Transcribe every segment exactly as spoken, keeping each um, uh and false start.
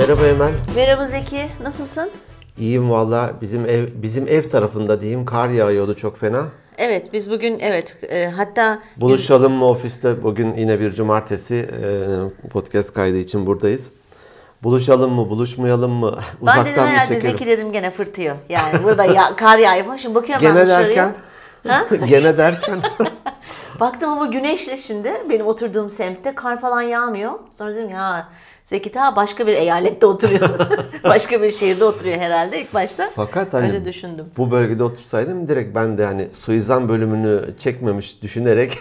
Merhaba Emel. Merhaba Zeki, nasılsın? İyiyim valla. Bizim ev bizim ev tarafında diyeyim kar yağıyordu çok fena. Evet, biz bugün evet e, hatta buluşalım biz... mı ofiste? Bugün yine bir cumartesi e, podcast kaydı için buradayız. Buluşalım mı, buluşmayalım mı? Uzaktan ben dedim mı herhalde çekelim? Zeki dedim gene fırtıyor. Yani burada ya, kar yağıyor. Şimdi bakıyorum gene ben dışarıya. Derken, gene derken. Baktım ama güneşle şimdi benim oturduğum semtte kar falan yağmıyor. Sonra dedim ya Zeki ta başka bir eyalette oturuyor. Başka bir şehirde oturuyor herhalde ilk başta. Fakat hani öyle düşündüm. Bu bölgede otursaydım direkt ben de hani suizan bölümünü çekmemiş düşünerek.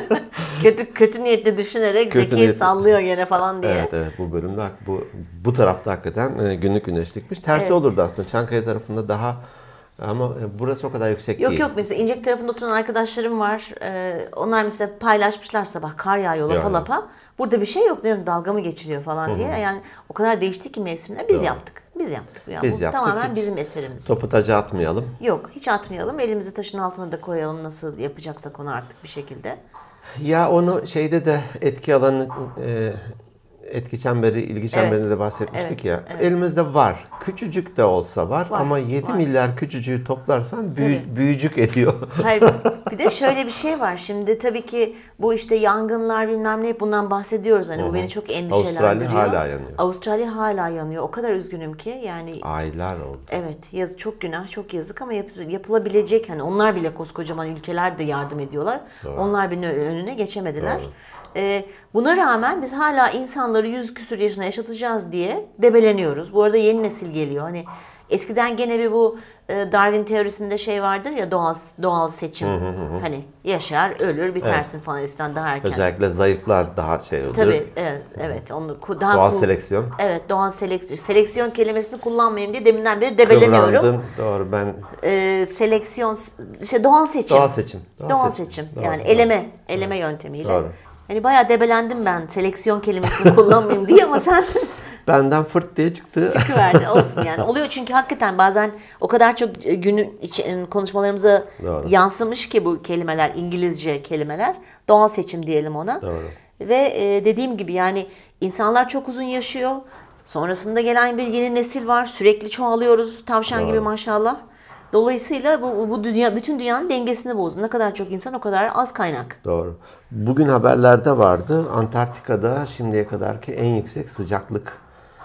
kötü kötü niyetli düşünerek kötü Zeki'yi niyetli. Sallıyor gene falan diye. Evet evet bu bölümde bu bu tarafta hakikaten günlük güneşlikmiş. Tersi evet. olurdu aslında. Çankaya tarafında daha ama burası o kadar yüksek yok, değil. Yok yok mesela İncek tarafında oturan arkadaşlarım var. Ee, onlar mesela paylaşmışlar sabah kar yağıyor lapa yani. lapa. Burada bir şey yok diyorum dalga mı geçiriyor falan Hı-hı. diye. Yani o kadar değişti ki mevsimler. Biz Doğru. yaptık. Biz yaptık. Yani Biz bu yaptık. tamamen hiç bizim eserimiz. Topu taca atmayalım. Yok hiç atmayalım. Elimizi taşın altına da koyalım nasıl yapacaksak onu artık bir şekilde. Ya onu şeyde de etki alanı e, etki çemberi, ilgi çemberinde evet. de bahsetmiştik evet. ya. Evet. Elimizde var. Küçücük de olsa var, var ama yedi var. milyar küçücüğü toplarsan büyü, büyücük ediyor. Hayır. Bir de şöyle bir şey var. Şimdi tabii ki bu işte yangınlar bilmem ne bundan bahsediyoruz. Hani Hı-hı. bu beni çok endişelendiriyor. Avustralya hala yanıyor. Avustralya hala yanıyor. O kadar üzgünüm ki yani. Aylar oldu. Evet. Yazık çok günah, çok yazık ama yap, yapılabilecek hani onlar bile koskocaman ülkeler de yardım ediyorlar. Doğru. Onlar bile önüne geçemediler. Doğru. Ee, buna rağmen biz hala insanları yüz küsur yaşına yaşatacağız diye debeleniyoruz. Bu arada yeni nesil geliyor. Hani eskiden gene bir bu e, Darwin teorisinde şey vardır ya doğal doğal seçim. Hı hı hı. Hani yaşar, ölür, bitersin evet. falan eskiden daha erken. Özellikle zayıflar daha şey ölür. Tabii evet evet onu daha doğal kul- seleksiyon. Evet doğal seleksiyon. Seleksiyon kelimesini kullanmayayım diye deminden beri debeleniyorum. Kıvrandın. Doğru ben. Ee, seleksiyon şey doğal seçim. Doğal seçim. Doğal, doğal seçim. seçim. Doğru, yani doğru. eleme eleme doğru. yöntemiyle. Doğru. Hani bayağı debelendim ben seleksiyon kelimesini kullanmayayım diye ama sen benden fırt diye çıktı. Çıkıverdi olsun yani. Oluyor çünkü hakikaten bazen o kadar çok günün konuşmalarımıza Doğru. yansımış ki bu kelimeler, İngilizce kelimeler. Doğal seçim diyelim ona. Doğru. Ve dediğim gibi yani insanlar çok uzun yaşıyor. Sonrasında gelen bir yeni nesil var. Sürekli çoğalıyoruz tavşan Doğru. gibi maşallah. Dolayısıyla bu, bu dünya bütün dünyanın dengesini bozdu. Ne kadar çok insan o kadar az kaynak. Doğru. Bugün haberlerde vardı. Antarktika'da şimdiye kadarki en yüksek sıcaklık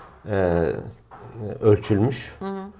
e, ölçülmüş. Hı hı.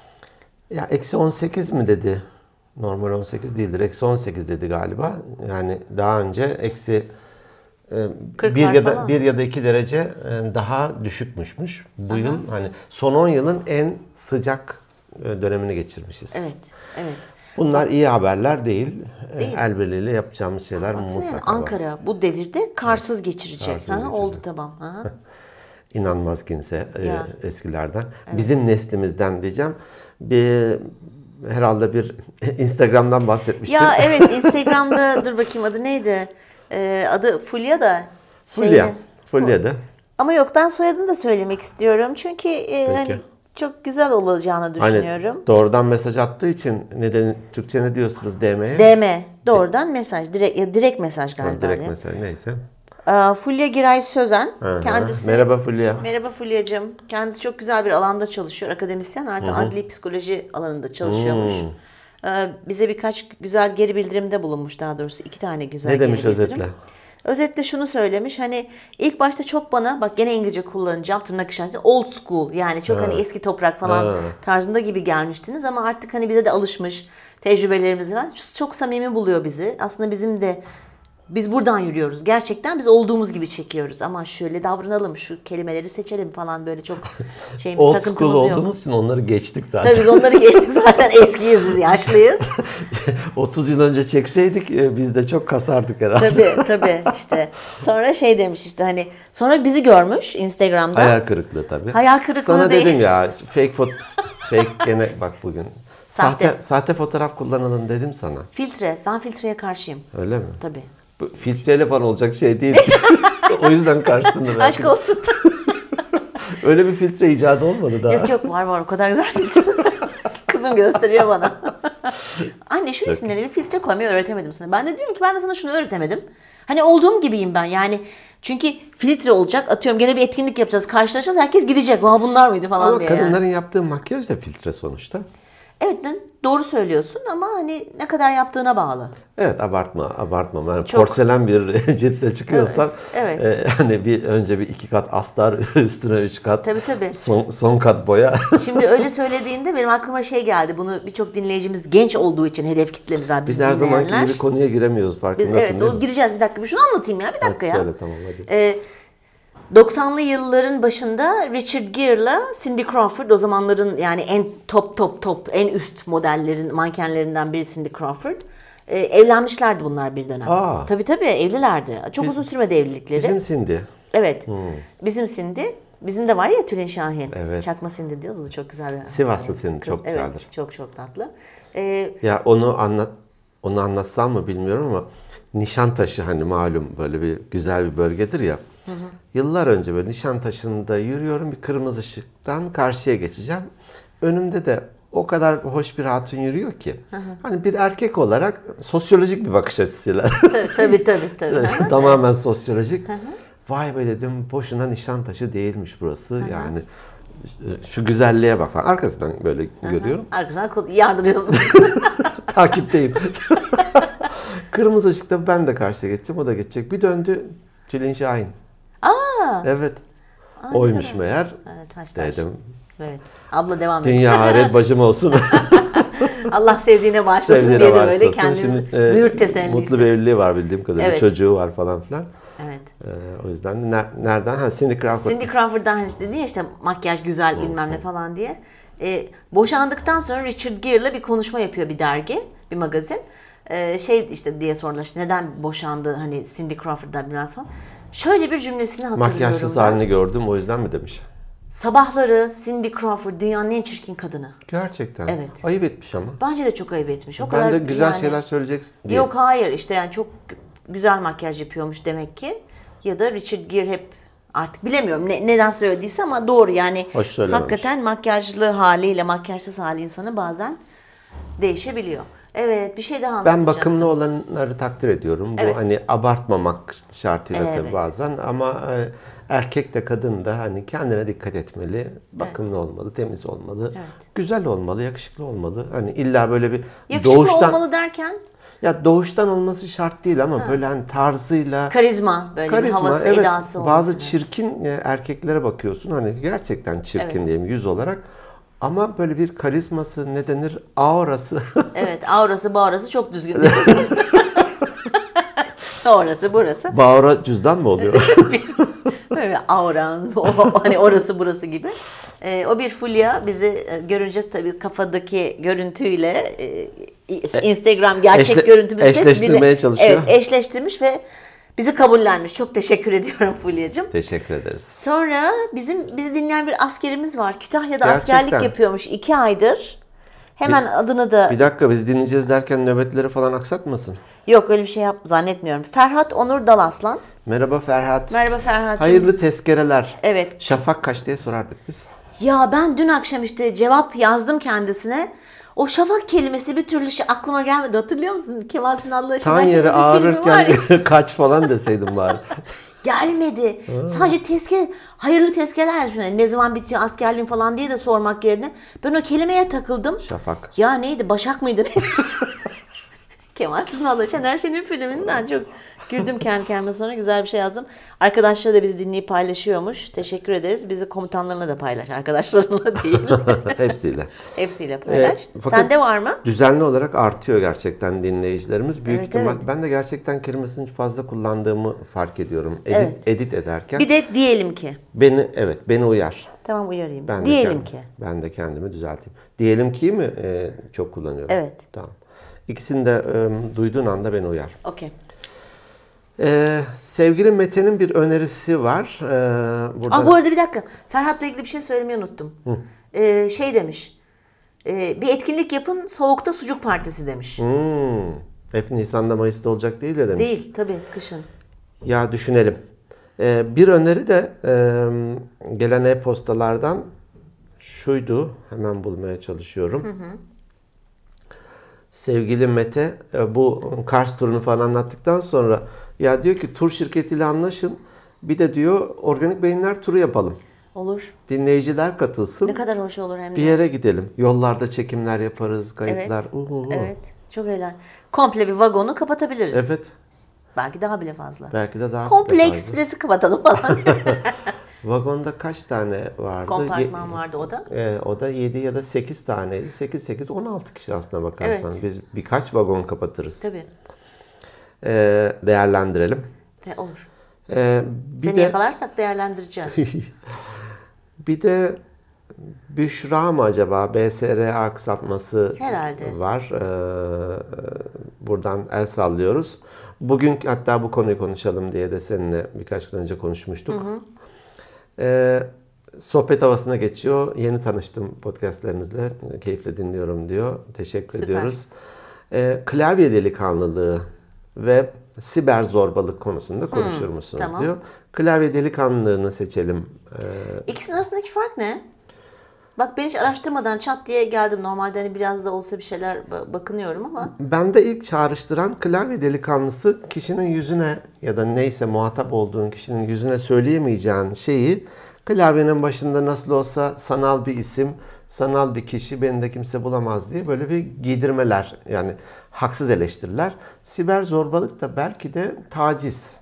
Ya eksi on sekiz mi dedi? Normal on sekiz değildir. Eksi on sekiz dedi galiba. Yani daha önce eksi e, bir ya da falan. bir ya da iki derece e, daha düşükmüşmüş. Bu Aha. yıl hani son on yılın en sıcak dönemini geçirmişiz. Evet, evet. Bunlar iyi haberler değil. değil. El birliğiyle yapacağımız şeyler Baksana mutlaka yani Ankara var. Bu devirde karsız evet. geçirecek. Karsız ha, geçirecek. Oldu tamam. Ha. İnanmaz kimse ya. eskilerden. Evet. Bizim neslimizden diyeceğim. Bir herhalde bir Instagram'dan bahsetmiştim. Ya evet Instagram'da dur bakayım adı neydi? Ee, adı Fulya da. Fulya. Fulya da. Ama yok ben soyadını da söylemek istiyorum. Çünkü e, hani çok güzel olacağını düşünüyorum. Hani doğrudan mesaj attığı için neden Türkçe ne diyorsunuz D M'ye? D M. Doğrudan De- mesaj. Direkt ya direkt mesaj galiba. Ha, direkt mesaj neyse. Ee, Fulya Giray Sözen. Aha. Kendisi. Merhaba Fulya. Merhaba Fulya'cığım. Kendisi çok güzel bir alanda çalışıyor. Akademisyen artı Hı-hı. adli psikoloji alanında çalışıyormuş. Hı. Ee, bize birkaç güzel geri bildirimde bulunmuş daha doğrusu. iki tane güzel ne geri demiş bildirim. özetle? Özetle şunu söylemiş hani ilk başta çok bana bak gene İngilizce kullanacağım tırnak işareti old school yani çok ha. hani eski toprak falan ha. tarzında gibi gelmiştiniz ama artık hani bize de alışmış tecrübelerimiz var. Çok, çok samimi buluyor bizi. Aslında bizim de biz buradan yürüyoruz. Gerçekten biz olduğumuz gibi çekiyoruz ama şöyle davranalım, şu kelimeleri seçelim falan böyle çok şeyimiz old takıntımız yok. Old yok. school olduğumuz için onları geçtik zaten. Tabii biz onları geçtik zaten eskiyiz biz yaşlıyız. otuz yıl önce çekseydik biz de çok kasardık herhalde. Tabii tabii işte. Sonra şey demiş işte hani sonra bizi görmüş Instagram'da. Hayal kırıklığı tabii. Hayal kırıklığı Sana değil. dedim ya fake foto fake gene bak bugün. Sahte. Sahte, sahte fotoğraf kullanalım dedim sana. Filtre. Ben filtreye karşıyım. Öyle mi? Tabii. Bu filtreyle falan olacak şey değil. O yüzden karşısında belki. Aşk olsun. Öyle bir filtre icadı olmadı daha. Yok yok var var o kadar güzel filtre. Kızım gösteriyor bana. Anne şu resimlere bir filtre koymayı öğretemedim sana. Ben de diyorum ki ben de sana şunu öğretemedim. Hani olduğum gibiyim ben yani. Çünkü filtre olacak. Atıyorum gene bir etkinlik yapacağız. Karşılaşacağız. Herkes gidecek. Vah bunlar mıydı falan Ama diye kadınların yani. yaptığı makyaj da filtre sonuçta. Evet doğru söylüyorsun ama hani ne kadar yaptığına bağlı. Evet abartma abartma. Yani Çok. Porselen bir ciltle çıkıyorsan Evet, e, hani bir önce bir iki kat astar üstüne üç kat Tabii, tabii. son, son kat boya. Şimdi öyle söylediğinde benim aklıma şey geldi. Bunu birçok dinleyicimiz genç olduğu için hedef kitlemiz var Biz bizi her zamanki dinleyenler. gibi konuya giremiyoruz Biz, farkındasın evet değil o mi? gireceğiz bir dakika. Bir şunu anlatayım ya bir dakika Hadi ya. söyle tamam hadi. Ee, doksanlı yılların başında Richard Gere'la Cindy Crawford o zamanların yani en top top top en üst modellerin mankenlerinden biri Cindy Crawford. Ee, evlenmişlerdi bunlar bir dönem. Aa. Tabii tabii evlilerdi. Çok Biz- uzun sürmedi evlilikleri. Bizim Cindy. Evet. Bizim Cindy. Bizim de var ya Tülin Şahin. Evet. Çakma Cindy diyoruz. O da çok güzel. bir- Sivaslı Cindy çok Evet, güzeldir. çok çok tatlı. Ee, Ya onu anlat onu anlatsam mı bilmiyorum ama Nişantaşı hani malum böyle bir güzel bir bölgedir ya. Yıllar önce böyle Nişantaşı'nda yürüyorum bir kırmızı ışıktan karşıya geçeceğim. Önümde de o kadar hoş bir hatun yürüyor ki. Hani bir erkek olarak sosyolojik bir bakış açısıyla. tabii tabii tabii. tabii. Tamamen sosyolojik. Vay be dedim boşuna Nişantaşı değilmiş burası. Yani işte şu güzelliğe bak falan. Arkasından böyle görüyorum. Arkasından kol- yardırıyorsun. Takipteyim. Kırmızı ışıkta ben de karşıya geçeceğim. O da geçecek. Bir döndü Tülin Şahin. Aa! Evet. Oymuş meğer. Evet, taş taş. Dedim. Evet. Abla devam et. Dünya ahiret bacım olsun. Allah sevdiğine bağışlasın Sevdiğine diye de böyle bağışlasın. kendimiz Şimdi, e, züğürt tesellisi. mutlu bir evliliği var bildiğim kadarıyla. Evet. Çocuğu var falan filan. Evet. E, o yüzden de ner- nereden? Ha Cindy Crawford. Cindy Crawford'dan hani dedi ya işte makyaj güzel bilmem ne falan diye. Ee, boşandıktan sonra Richard Gere'la bir konuşma yapıyor bir dergi, bir magazin. Ee, şey işte diye sordular işte neden boşandı hani Cindy Crawford'dan bilmem falan. Şöyle bir cümlesini hatırlıyorum Makyajsız ben. halini gördüm o yüzden mi demiş? Sabahları Cindy Crawford dünyanın en çirkin kadını. Gerçekten. Evet. Ayıp etmiş ama. Bence de çok ayıp etmiş. O Ben kadar de güzel yani- şeyler söyleyeceksin diye. Yok hayır işte yani çok güzel makyaj yapıyormuş demek ki. Ya da Richard Gere hep artık bilemiyorum ne, neden söylediyse ama doğru yani. Hoş söylememiş. Hakikaten makyajlı haliyle makyajsız hali insanı bazen değişebiliyor. Evet bir şey daha Ben anlatacağım. bakımlı olanları takdir ediyorum. Bu Evet. hani abartmamak şartıyla Evet. tabii bazen ama e, erkek de kadın da hani kendine dikkat etmeli. Bakımlı olmalı, temiz olmalı. Evet. Güzel olmalı, yakışıklı olmalı. Hani illa böyle bir Yakışıklı doğuştan olmalı derken ya doğuştan olması şart değil ama böyle hani tarzıyla karizma böyle bir karizma havası evet edası olması. bazı çirkin e, erkeklere bakıyorsun hani gerçekten çirkin Evet. diyeyim yüz olarak ama böyle bir karizması ne denir aurası Evet aurası bağrası çok düzgün diyorsun. Orası burası. Bağıra cüzdan mı oluyor? Böyle auran, o, hani orası burası gibi. Ee, o bir Fulya bizi e, görünce tabii kafadaki görüntüyle e, Instagram gerçek Eşle- görüntümüzü ses eşleştirmeye biri- çalışıyor. Evet eşleştirmiş ve bizi kabullenmiş. Çok teşekkür ediyorum Fulya'cığım. Teşekkür ederiz. Sonra bizim bizi dinleyen bir askerimiz var. Kütahya'da Gerçekten. askerlik yapıyormuş iki aydır. Hemen adını da... Bir dakika biz dinleyeceğiz derken nöbetleri falan aksatmasın. Yok öyle bir şey yap zannetmiyorum. Ferhat Onur Dalaslan. Merhaba Ferhat. Merhaba Ferhat'cığım. Hayırlı tezkereler. Evet. Şafak kaç diye sorardık biz. Ya ben dün akşam işte cevap yazdım kendisine. O şafak kelimesi bir türlü şey aklıma gelmedi. Hatırlıyor musun? Kemal Sunal'la Tan Şener Şen'in yeri bir filmi var ağrırken ya. kaç falan deseydin bari. Gelmedi. Sadece tezkere, hayırlı tezkereler yazmış. Ne zaman bitiyor askerliğin falan diye de sormak yerine. Ben o kelimeye takıldım. Şafak. Ya neydi? Başak mıydı? Kemal Sunal'la Şener Şen'in filminden çok güldüm kendi kendime sonra güzel bir şey yazdım. Arkadaşlar da bizi dinleyip paylaşıyormuş. Teşekkür ederiz. Bizi komutanlarına da paylaş. Arkadaşlarınla değil. Hepsiyle. Hepsiyle paylaş. Ee, fakat Sende var mı? Düzenli olarak artıyor gerçekten dinleyicilerimiz. Büyük Evet, ihtimal evet. ben de gerçekten kelimesini fazla kullandığımı fark ediyorum. Edit, Evet. edit ederken. Bir de diyelim ki. Beni evet beni uyar. Tamam uyarayım. Ben de diyelim kendim- ki. Ben de kendimi düzelteyim. Diyelim ki mi e, çok kullanıyorum? Evet. Tamam. İkisini de e, duyduğun anda beni uyar. Okey. Ee, sevgili Mete'nin bir önerisi var. Ee, burada Aa, bu arada bir dakika. Ferhat'la ilgili bir şey söylemeyi unuttum. Ee, şey demiş. e, bir etkinlik yapın soğukta sucuk partisi demiş. Hmm, hep Nisan'da Mayıs'ta olacak değil ya demiş. Değil tabii kışın. Ya düşünelim. Ee, bir öneri de e, gelen e-postalardan şuydu. Hemen bulmaya çalışıyorum. sevgili Mete e, bu Kars turunu falan anlattıktan sonra ya diyor ki tur şirketiyle anlaşın. Bir de diyor organik beyinler turu yapalım. Olur. Dinleyiciler katılsın. Ne kadar hoş olur hem de. Bir yere gidelim. Yollarda çekimler yaparız, kayıtlar. Evet. Uhu. Evet. Çok eğlenceli. Komple bir vagonu kapatabiliriz. Evet. Belki daha bile fazla. Belki de daha Komple fazla. ekspresi kapatalım falan. Vagonda kaç tane vardı? Kompartman Ye- vardı o da. E, o da yedi ya da sekiz taneydi. sekiz sekiz on altı kişi aslına bakarsan. Evet. Biz birkaç vagon kapatırız. Tabii. E, değerlendirelim. Ne olur. E, bir Seni de yakalarsak değerlendireceğiz. bir de Büşra mı acaba? B S R A kısaltması Herhalde. var. E, buradan el sallıyoruz. Bugün hatta bu konuyu konuşalım diye de seninle birkaç gün önce konuşmuştuk. Hı hı. E, sohbet havasına geçiyor. Yeni tanıştım podcastlerinizle. Keyifle dinliyorum diyor. Teşekkür Süper. ediyoruz. E, klavye delikanlılığı ve siber zorbalık konusunda konuşur musunuz tamam. diyor. Klavye delikanlılığını seçelim. E, İkisinin arasındaki fark ne? Bak ben hiç araştırmadan çat diye geldim. Normalde hani biraz da olsa bir şeyler ba- bakınıyorum ama. Bende ilk çağrıştıran klavye delikanlısı kişinin yüzüne ya da neyse muhatap olduğun kişinin yüzüne söyleyemeyeceğin şeyi klavyenin başında nasıl olsa sanal bir isim, sanal bir kişi beni de kimse bulamaz diye böyle bir giydirmeler yani haksız eleştiriler. Siber zorbalık da belki de taciz.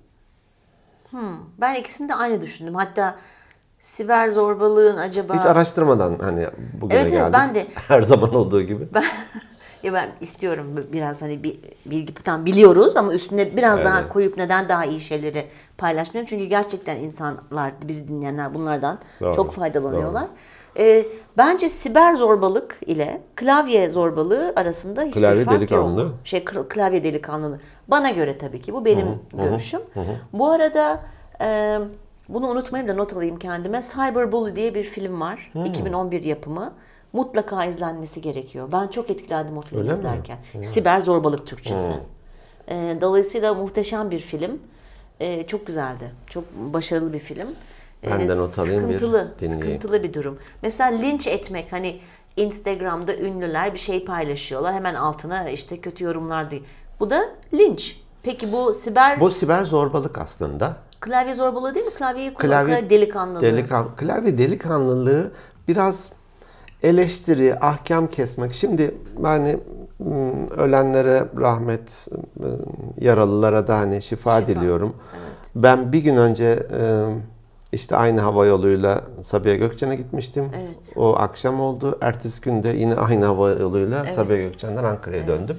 Hmm, ben ikisini de aynı düşündüm. Hatta siber zorbalığın acaba... Hiç araştırmadan hani bugüne Evet, evet, geldik. ben de. Her zaman olduğu gibi. Ben, ya ben istiyorum biraz hani bir bilgi tam biliyoruz ama üstüne biraz Evet. daha koyup neden daha iyi şeyleri paylaşmayalım. Çünkü gerçekten insanlar, bizi dinleyenler bunlardan Doğru, çok faydalanıyorlar. Ee, bence siber zorbalık ile klavye zorbalığı arasında hiçbir Klavye fark delikanlı. yok. Şey kl- klavye delikanlılığı. Bana göre tabii ki bu benim görüşüm. Bu arada e, bunu unutmayayım da not alayım kendime. Cyberbully diye bir film var. iki bin on bir yapımı. Mutlaka izlenmesi gerekiyor. Ben çok etkilendim o filmi Öyle mi? izlerken. Siber zorbalık Türkçesi. E, dolayısıyla muhteşem bir film. E, çok güzeldi. Çok başarılı bir film. E, Ben de not alayım, bir sıkıntılı, dinleyeyim. sıkıntılı bir durum. Mesela linç etmek hani Instagram'da ünlüler bir şey paylaşıyorlar. Hemen altına işte kötü yorumlar diyor. Bu da linç. Peki bu siber Bu siber zorbalık aslında. klavye zorbalığı değil mi? Klavyeyi kullanmak Klavye delikanlılığı. Delikan, klavye delikanlılığı biraz eleştiri, ahkam kesmek. Şimdi yani m, ölenlere rahmet, m, yaralılara da hani şifa, Şifa. diliyorum. Evet. Ben bir gün önce e, işte aynı hava yoluyla Sabiha Gökçen'e gitmiştim. Evet. O akşam oldu. Ertesi günde yine aynı hava yoluyla Evet. Sabiha Gökçen'den Ankara'ya döndüm.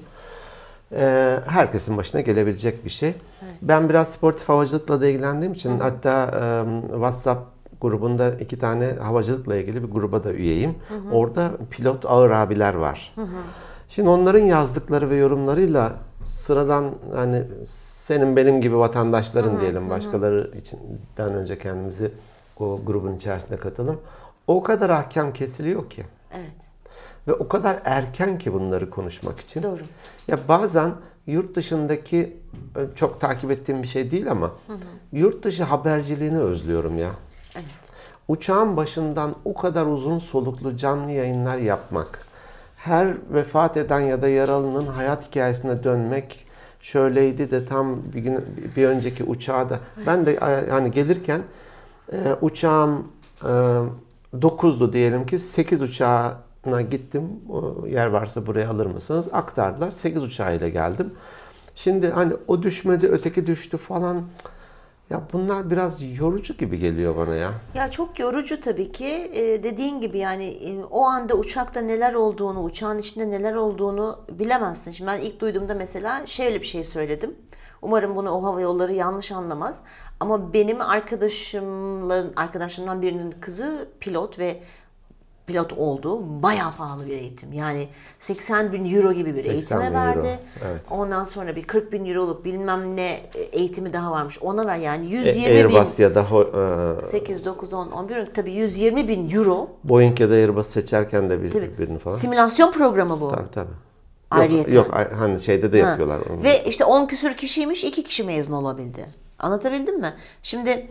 Ee, herkesin başına gelebilecek bir şey. Ben biraz sportif havacılıkla da ilgilendiğim için hatta e, WhatsApp grubunda iki tane havacılıkla ilgili bir gruba da üyeyim. Orada pilot ağır abiler var. Şimdi onların yazdıkları ve yorumlarıyla sıradan hani senin benim gibi vatandaşların diyelim başkaları içinden önce kendimizi o grubun içerisinde katalım. O kadar ahkam kesiliyor ki. Evet. Ve o kadar erken ki bunları konuşmak için. Doğru. Ya bazen yurt dışındaki çok takip ettiğim bir şey değil ama hı hı. yurt dışı haberciliğini özlüyorum ya. Evet. Uçağın başından o kadar uzun soluklu canlı yayınlar yapmak, her vefat eden ya da yaralının hayat hikayesine dönmek, şöyleydi de tam bir gün bir önceki uçağa da evet. Ben de hani gelirken e, uçağım e, dokuzdu diyelim ki sekiz uçağa gittim. O yer varsa buraya alır mısınız? Aktardılar. sekiz uçağıyla geldim. Şimdi hani o düşmedi, öteki düştü falan. Ya bunlar biraz yorucu gibi geliyor bana ya. Ya çok yorucu tabii ki. Ee, dediğin gibi yani e, o anda uçakta neler olduğunu, uçağın içinde neler olduğunu bilemezsin. Şimdi ben ilk duyduğumda mesela şöyle bir şey söyledim. Umarım bunu o hava yolları yanlış anlamaz. Ama benim arkadaşımların arkadaşlarımdan birinin kızı pilot ve pilot oldu. Bayağı pahalı bir eğitim. Yani seksen bin euro gibi bir eğitime verdi. Evet. Ondan sonra bir kırk bin euroluk bilmem ne eğitimi daha varmış. Ona ver yani yüz yirmi e, Airbus bin. ya da e, sekiz, dokuz, on, on bir tabii yüz yirmi bin euro. Boeing ya da Airbus seçerken de bir, Tabii. birini falan. Simülasyon programı bu. Tabii tabii. Ayrıyeten. Yok, yok hani şeyde de Ha. yapıyorlar onu. Ve işte on küsür kişiymiş, iki kişi mezun olabildi. Anlatabildim mi? Şimdi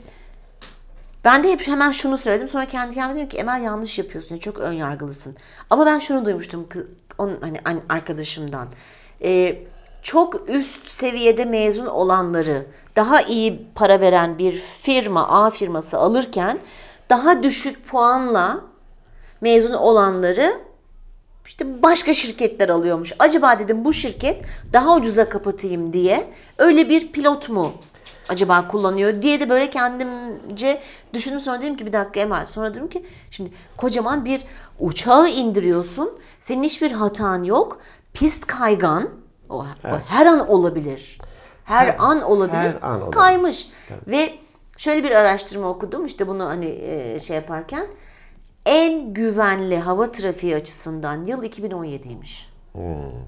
ben de hep hemen şunu söyledim. Sonra kendi kendime dedim ki Emel yanlış yapıyorsun. Çok ön yargılısın. Ama ben şunu duymuştum onun hani an- arkadaşımdan e, çok üst seviyede mezun olanları daha iyi para veren bir firma, A firması alırken daha düşük puanla mezun olanları işte başka şirketler alıyormuş. Acaba dedim bu şirket daha ucuza kapatayım diye öyle bir pilot mu acaba kullanıyor diye de böyle kendimce düşündüm. Sonra dedim ki bir dakika Emel. Sonra dedim ki şimdi kocaman bir uçağı indiriyorsun. Senin hiçbir hatan yok. Pist kaygan. O, evet. o her an olabilir. Her, her an olabilir. Her an olabilir. Kaymış. Tabii. Ve şöyle bir araştırma okudum. İşte bunu hani e, şey yaparken en güvenli hava trafiği açısından yıl iki bin on yediymiş. Hmm.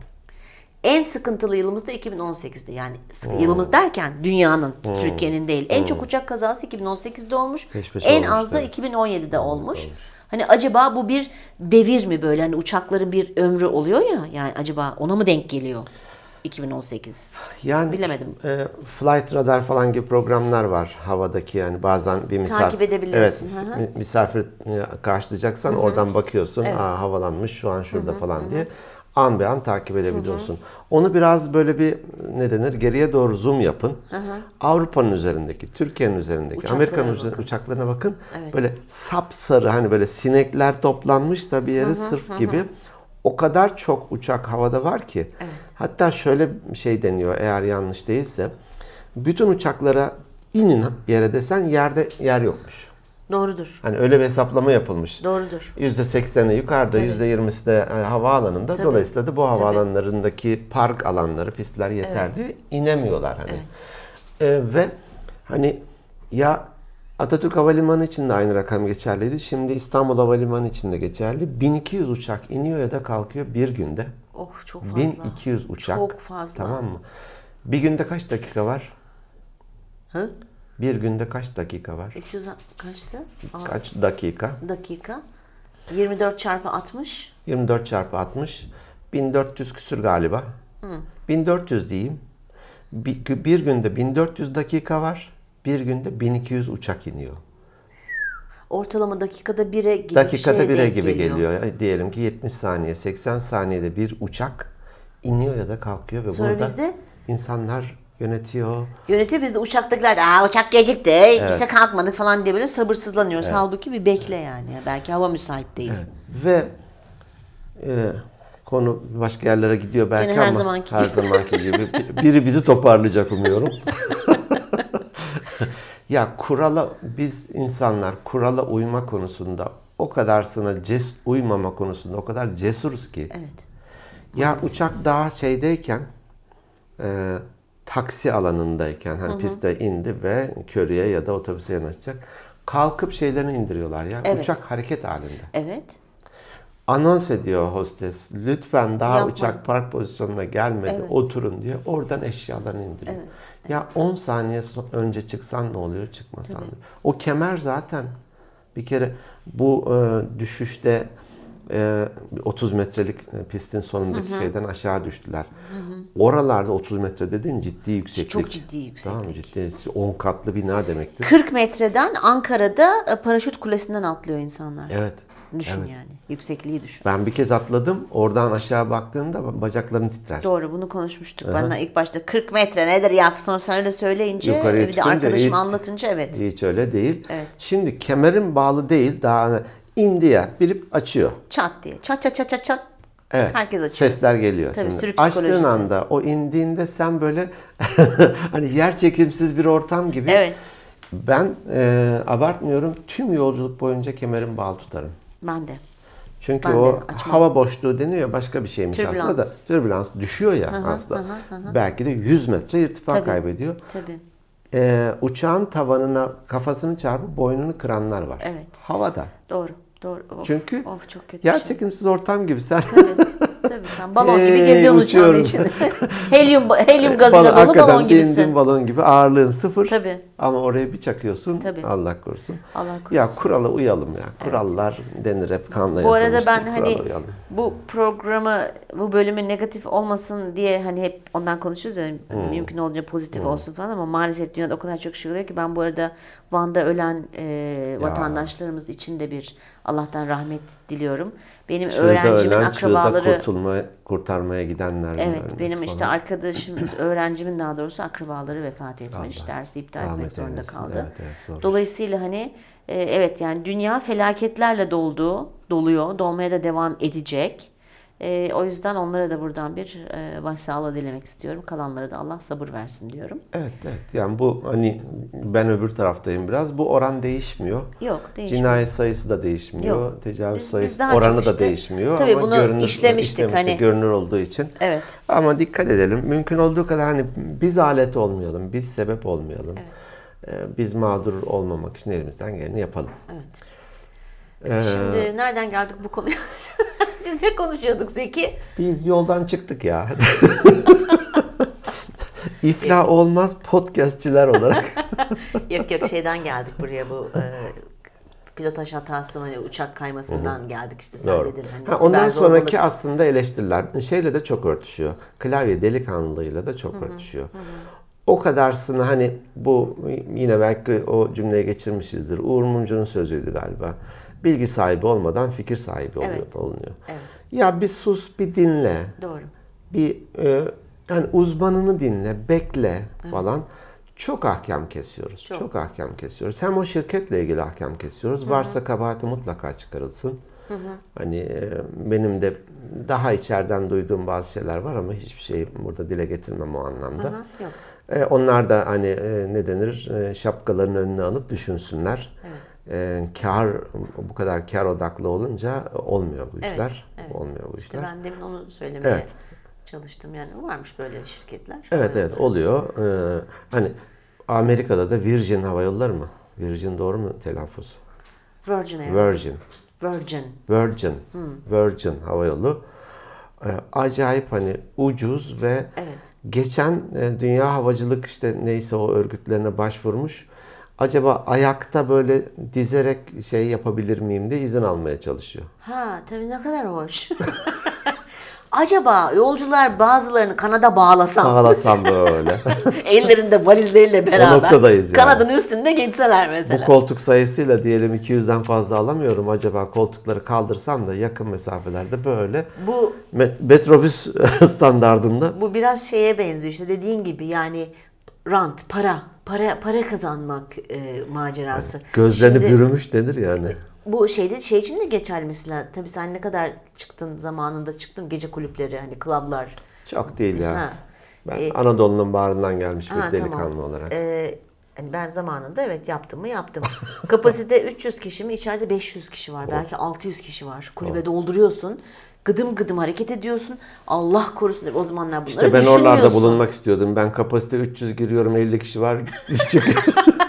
En sıkıntılı yılımız da iki bin on sekizdi. Yani hmm. yılımız derken dünyanın, hmm. Türkiye'nin değil. En hmm. çok uçak kazası iki bin on sekizde olmuş. Peş peşe en az da iki bin on yedide olmuş. olmuş. Hani acaba bu bir devir mi böyle? Hani uçakların bir ömrü oluyor ya. Yani acaba ona mı denk geliyor? iki bin on sekiz. Yani bilemedim. E, Flight Radar falan gibi programlar var havadaki, yani bazen bir misafir takip edebiliyorsun. Evet, hı-hı. misafir karşılayacaksan hı-hı. oradan bakıyorsun. Evet. Aa, havalanmış şu an şurada hı-hı. falan hı-hı. diye an be an takip edebiliyorsun. Hı-hı. Onu biraz böyle bir ne denir geriye doğru zoom yapın. Hı-hı. Avrupa'nın üzerindeki, Türkiye'nin üzerindeki, Uçaklara Amerika'nın bakın. uçaklarına bakın. Evet. Böyle sapsarı, hani böyle sinekler toplanmış da bir yere hı-hı. sırf hı-hı. gibi. O kadar çok uçak havada var ki. Evet. Hatta şöyle bir şey deniyor eğer yanlış değilse. Bütün uçaklara inin yere desen yerde yer yokmuş. Doğrudur. Hani öyle bir hesaplama yapılmış. Doğrudur. yüzde sekseni yukarıda, yüzde yirmisi de havaalanında. Tabii. Dolayısıyla da bu havaalanlarındaki park alanları, pistler yeter evet. diye inemiyorlar. Hani. Evet. Ee, ve hani ya Atatürk Havalimanı için de aynı rakam geçerliydi. Şimdi İstanbul Havalimanı için de geçerli. bin iki yüz uçak iniyor ya da kalkıyor bir günde. Oh çok fazla. bin iki yüz uçak. Çok fazla. Tamam mı? Bir günde kaç dakika var? Hı? Bir günde kaç dakika var? üç yüz kaçtı? Kaç dakika? Dakika. yirmi dört çarpı altmış. yirmi dört çarpı altmış. bin dört yüz küsür galiba. Hı. bin dört yüz diyeyim. Bir, bir günde bin dört yüz dakika var. Bir günde bin iki yüz uçak iniyor. Ortalama dakikada bire gibi dakikada bir bire gibi geliyor. geliyor. Yani diyelim ki yetmiş saniye, seksen saniyede bir uçak iniyor ya da kalkıyor ve sonra bunu da bizde insanlar yönetiyor. Yönetiyor, biz de uçaktakiler de aa uçak gecikti, evet. işte kalkmadık falan diye böyle sabırsızlanıyoruz. Evet. Halbuki bir bekle yani. Belki hava müsait değil. Evet. Ve e, konu başka yerlere gidiyor belki yani her ama zamanki her zamanki gibi biri bizi toparlayacak umuyorum. Ya kurala, biz insanlar kurala uyma konusunda o kadarsına ces uymama konusunda o kadar cesuruz ki. Evet. Ya maalesef. Uçak daha şeydeyken e, taksi alanındayken hani hı hı. piste indi ve körüye ya da otobüse yanaşacak. Kalkıp şeylerini indiriyorlar ya. Evet. Uçak hareket halinde. Evet. Anons ediyor hostes. Lütfen daha Yapma. uçak park pozisyonuna gelmedi. Evet. Oturun diye. Oradan eşyalarını indiriyor. Evet. Ya on saniye önce çıksan ne oluyor, çıkmasan ne oluyor? O kemer zaten bir kere bu e, düşüşte e, otuz metrelik pistin sonundaki hı hı. şeyden aşağı düştüler. Hı hı. Oralarda otuz metre dediğin ciddi yükseklik. Çok ciddi yükseklik. Tamam, ciddi. on katlı bina demektir. kırk metreden Ankara'da paraşüt kulesinden atlıyor insanlar. Evet. Düşün evet. yani. Yüksekliği düşün. Ben bir kez atladım. Oradan aşağı baktığımda bacaklarım titrer. Doğru, bunu konuşmuştuk. Aha. Bana ilk başta kırk metre nedir ya? Sonra sen öyle söyleyince yukarıya bir de arkadaşım hiç, anlatınca evet. Hiç öyle değil. Evet. Şimdi kemerin bağlı değil. Daha indi ya bilip açıyor. Çat diye. Çat çat çat çat çat. Evet. Herkes açıyor. Sesler geliyor. Tabii, şimdi. Açtığın anda o indiğinde sen böyle hani yer çekimsiz bir ortam gibi. Evet. Ben e, abartmıyorum. Tüm yolculuk boyunca kemerimi bağlı tutarım. Ben de. Çünkü ben o de hava boşluğu deniyor, başka bir şeymiş Türbülans. aslında da. Türbülans düşüyor ya hı hı, aslında. Hı hı. Belki de yüz metre irtifa Tabii, kaybediyor. Tabii. Ee, uçağın tavanına kafasını çarpıp boynunu kıranlar var. Evet. Havada. Doğru. Doğru. Of, Çünkü of, çok kötü yer şey. çekimsiz ortam gibi sen. Tabii. Tabii sen balon gibi geziyorsun uçağın içinde. helyum helyum gazıyla dolu balon gibisin. Hakikaten balon gibi, ağırlığın sıfır. Tabii. Ama oraya bir çakıyorsun. Tabii. Allah korusun. Allah korusun. Ya kurala uyalım ya. Kurallar evet. denir hep, kanla yazılmıştır. Bu arada ben hani uyalım. Bu programı, bu bölümü negatif olmasın diye hani hep ondan konuşuyoruz ya. Hmm. Mümkün olunca pozitif hmm. olsun falan ama maalesef dünyada o kadar çok şey oluyor ki ben bu arada Van'da ölen e, vatandaşlarımız için de bir Allah'tan rahmet diliyorum. Benim çığda öğrencimin ölen, akrabaları bulma, kurtarmaya gidenler. Evet, benim işte falan. Arkadaşım, öğrencimin daha doğrusu akrabaları vefat etmiş. Allah. Dersi iptal Rahmet etmek zorunda eylesin. Kaldı. Evet, evet, dolayısıyla hani e, evet yani dünya felaketlerle doldu, doluyor, dolmaya da devam edecek. E, o yüzden onlara da buradan bir e, başsağlığı dilemek istiyorum. Kalanlara da Allah sabır versin diyorum. Evet, evet. Yani bu hani ben öbür taraftayım biraz. Bu oran değişmiyor. Yok, değişmiyor. Cinayet sayısı da değişmiyor. Yok. Tecavüz biz, sayısı biz oranı işte, da değişmiyor. Tabii ama bunu görünür, işlemiştik, işlemiştik hani. Görünür olduğu için. Evet. Ama dikkat edelim. Mümkün olduğu kadar hani biz alet olmayalım, biz sebep olmayalım. Evet. Ee, biz mağdur olmamak için elimizden geleni yapalım. Evet. Ee, Şimdi nereden geldik bu konuya? Biz ne konuşuyorduk Zeki? Biz yoldan çıktık ya. İflah olmaz podcastçiler olarak. Yok yok şeyden geldik buraya bu e, pilotaj hatası hani uçak kaymasından Hı-hı. geldik işte sen Doğru. dedin. Hani ha, ondan sonraki zorbalık... aslında eleştiriler şeyle de çok örtüşüyor. Klavye delikanlılığıyla da çok Hı-hı. örtüşüyor. Hı-hı. O kadarsını hani bu yine belki o cümleye geçirmişizdir. Uğur Mumcu'nun sözüydü galiba. Bilgi sahibi olmadan fikir sahibi oluyor, evet. olunuyor. Evet. Ya bir sus, bir dinle. Doğru. Bir e, yani uzmanını dinle, bekle falan. Evet. Çok ahkam kesiyoruz. Çok. Çok ahkam kesiyoruz. Hem o şirketle ilgili ahkam kesiyoruz. Hı-hı. Varsa kabahati mutlaka çıkarılsın. Hı-hı. Hani e, benim de daha içeriden duyduğum bazı şeyler var ama hiçbir şeyi burada dile getirmem o anlamda. Hı-hı. Yok. E, onlar da hani e, ne denir e, şapkalarının önüne alıp düşünsünler. Evet. E, kar bu kadar kar odaklı olunca olmuyor bu işler. Evet, evet. Olmuyor bu işler. İşte ben demin onu söylemeye evet. çalıştım yani varmış böyle şirketler. Evet evet oluyor. Ee, hani Amerika'da da Virgin Hava Yolları mı? Virgin doğru mu telaffuz? Virgin Air. Virgin. Virgin. Virgin. Hmm. Virgin Hava Yolu. Ee, acayip hani ucuz ve evet. geçen e, Dünya Havacılık işte neyse o örgütlerine başvurmuş. Acaba ayakta böyle dizerek şey yapabilir miyim diye izin almaya çalışıyor. Ha tabii ne kadar hoş. Acaba yolcular bazılarını kanada bağlasam. Bağlasam böyle. Ellerinde valizleriyle beraber. O noktadayız yani. Kanadın üstünde geçseler mesela. Bu koltuk sayısıyla diyelim iki yüzden fazla alamıyorum. Acaba koltukları kaldırsam da yakın mesafelerde böyle. Bu metrobüs standardında. Bu biraz şeye benziyor işte dediğin gibi yani rant, para. Para para kazanmak e, macerası. Yani gözlerini Şimdi, bürümüş denir yani. Bu şeyde şey için de geçerli mesela. Tabii sen ne kadar çıktın zamanında çıktın gece kulüpleri hani klablar. Çok değil ya. Ha. Ben ee, Anadolu'nun bağrından gelmiş bir ha, delikanlı tamam. olarak. Ee, yani ben zamanında evet yaptım mı yaptım. Kapasite üç yüz kişi mi? İçeride beş yüz kişi var. Oh. Belki altı yüz kişi var. Kulübe oh. dolduruyorsun. Gıdım gıdım hareket ediyorsun. Allah korusun. O zamanlar bunları İşte ben oralarda bulunmak istiyordum. Ben kapasite üç yüz giriyorum, elli kişi var. Diz çıkıyor.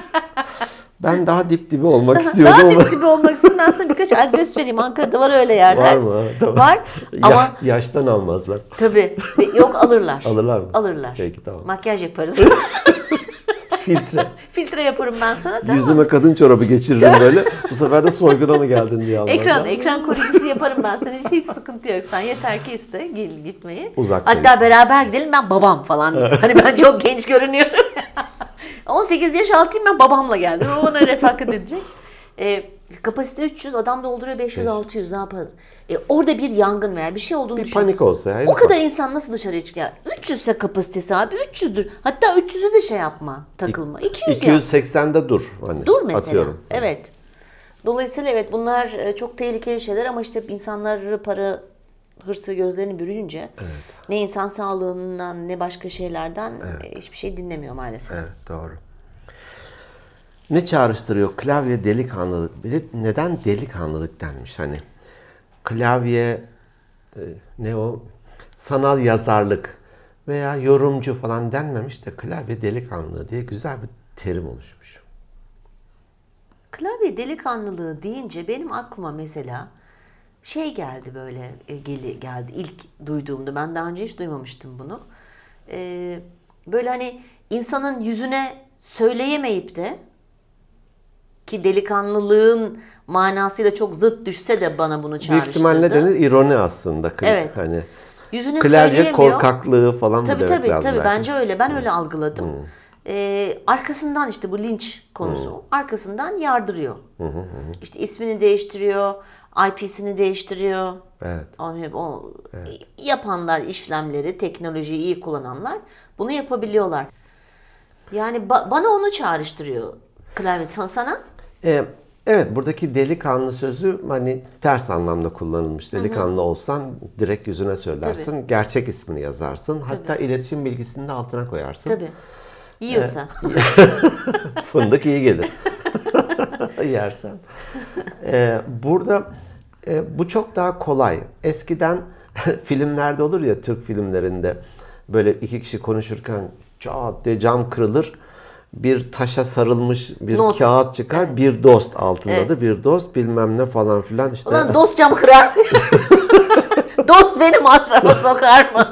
Ben daha dip dibi olmak istiyordum daha ama. Daha dip dibi olmak istiyorum. Ben sana birkaç adres vereyim. Ankara'da var öyle yerler. Var mı? Tamam. Var ama. Ya, yaştan almazlar. Tabii. Yok alırlar. Alırlar mı? Alırlar. Peki tamam. Makyaj yaparız. Filtre. Filtre yaparım ben sana tamam. Yüzüme kadın çorabı geçiririm böyle. Bu sefer de soyguna mı geldin diye almazlar. Ekran, ekran koruyucusu yaparım ben sana. Hiç sıkıntı yok. Sen yeter ki iste gel gitmeyi. Uzak Hatta değil. beraber gidelim ben babam falan. Hani ben çok genç görünüyorum. on sekiz yaş altıyım ben babamla geldim. O bana refakat edecek. E, kapasite üç yüz adam dolduruyor beş yüz altı yüz ne yaparız? E, orada bir yangın veya bir şey olduğunu bir düşün. Bir panik olsa ya. O kadar insan nasıl dışarıya çıkıyor? üç yüz ise kapasitesi abi üç yüzdür. Hatta üç yüzü de şey yapma takılma. iki yüz iki yüz seksende yap. dur. Hani, dur mesela. Atıyorum. Evet. Dolayısıyla evet bunlar çok tehlikeli şeyler ama işte insanlar para hırsı gözlerini bürüyünce evet. ne insan sağlığından ne başka şeylerden evet. hiçbir şey dinlemiyor maalesef. Evet doğru. Ne çağrıştırıyor? Klavye delikanlılık. Neden delikanlılık denmiş? Hani klavye ne o? Sanal yazarlık veya yorumcu falan denmemiş de klavye delikanlılığı diye güzel bir terim oluşmuş. Klavye delikanlılığı deyince benim aklıma mesela şey geldi böyle geli geldi ilk duyduğumda ben daha önce hiç duymamıştım bunu. Ee, böyle hani insanın yüzüne söyleyemeyip de ki delikanlılığın manasıyla çok zıt düşse de bana bunu çağrıştırdı. Büyük ihtimalle denir ironi aslında. Evet. Hani yüzüne klavye korkaklığı falan tabii, mı demek tabii, lazım? Tabii belki. bence öyle. Ben hmm. öyle algıladım. Hmm. Ee, arkasından işte bu linç konusu. Hmm. Arkasından yardırıyor. Hmm. İşte ismini değiştiriyor. I P'sini değiştiriyor. Evet. O, o, evet. Yapanlar, işlemleri, teknolojiyi iyi kullananlar bunu yapabiliyorlar. Yani ba- bana onu çağrıştırıyor klavye sana. Ee, evet, buradaki delikanlı sözü hani ters anlamda kullanılmış. Delikanlı hı hı. olsan direkt yüzüne söylersin. Tabii. Gerçek ismini yazarsın. Hatta Tabii. iletişim bilgisini de altına koyarsın. Tabii. Yiyorsa. Ee, fındık iyi gelir. Yersen. Ee, burada e, bu çok daha kolay. Eskiden filmlerde olur ya, Türk filmlerinde böyle iki kişi konuşurken çat diye cam kırılır. Bir taşa sarılmış bir Not. kağıt çıkar. Evet. Bir dost altındadır. Evet. Bir dost bilmem ne falan filan işte. Ulan dost cam kırar. Dost beni masrafa sokar mı?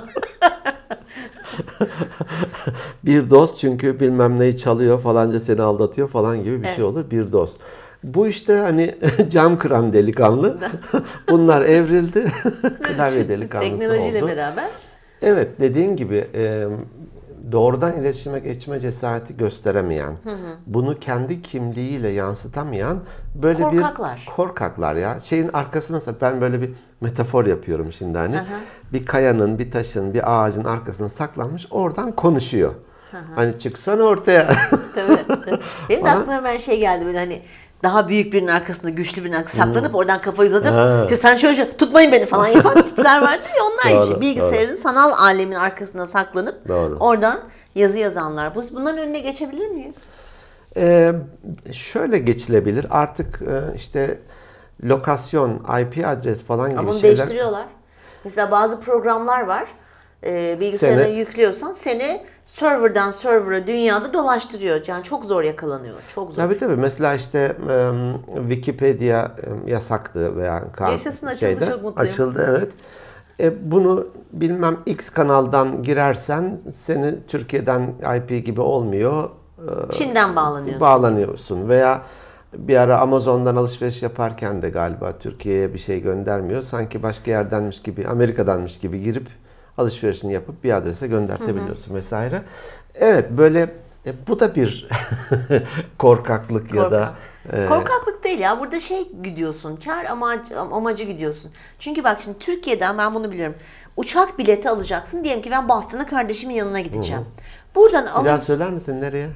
Bir dost çünkü bilmem neyi çalıyor falanca seni aldatıyor falan gibi bir evet. şey olur. Bir dost. Bu işte hani cam kıran delikanlı. Bunlar evrildi. Klavye delikanlısı oldu. Teknolojiyle beraber. Evet, dediğin gibi e, doğrudan iletişime geçme cesareti gösteremeyen, hı hı. bunu kendi kimliğiyle yansıtamayan böyle korkaklar. bir korkaklar ya. Şeyin arkasına, ben böyle bir metafor yapıyorum şimdi hani. Hı hı. Bir kayanın, bir taşın, bir ağacın arkasına saklanmış, oradan konuşuyor. Hı hı. Hani çıksana ortaya. Tabii, tabii. Benim de aklıma hemen şey geldi böyle hani daha büyük birinin arkasında, güçlü birinin arkasında saklanıp hmm. oradan kafayı uzatıp ki sen şöyle tutmayın beni falan yapan tipler vardı ya, onlar doğru, şey. Bilgisayarın doğru. sanal alemin arkasına saklanıp doğru. oradan yazı yazanlar. Bunların önüne geçebilir miyiz? Ee, şöyle geçilebilir. Artık e, işte lokasyon, I P adres falan gibi Ama bunu şeyler. değiştiriyorlar. Mesela bazı programlar var. E, bilgisayarına seni, yüklüyorsan seni serverdan server'a dünyada dolaştırıyor. Yani çok zor yakalanıyor. Çok zor. Tabii tabii. Mesela işte um, Wikipedia um, yasaktı veya Yaşasın, açıldı, şeyde çok mutluyum. Açıldı, evet. E, bunu bilmem X kanaldan girersen seni Türkiye'den I P gibi olmuyor. Çin'den bağlanıyorsun. Bağlanıyorsun veya bir ara Amazon'dan alışveriş yaparken de galiba Türkiye'ye bir şey göndermiyor. Sanki başka yerdenmiş gibi, Amerika'danmış gibi girip alışverişini yapıp bir adrese göndertebiliyorsun, hı hı. vesaire. Evet, böyle e, bu da bir korkaklık. Korkak. ya da e... korkaklık değil ya. Burada şey gidiyorsun. Kar amacı, amacı gidiyorsun. Çünkü bak şimdi Türkiye'den ben bunu biliyorum. Uçak bileti alacaksın. Diyelim ki ben Boston'a kardeşimin yanına gideceğim. Hı hı. Buradan alın. Biraz söyler misin nereye?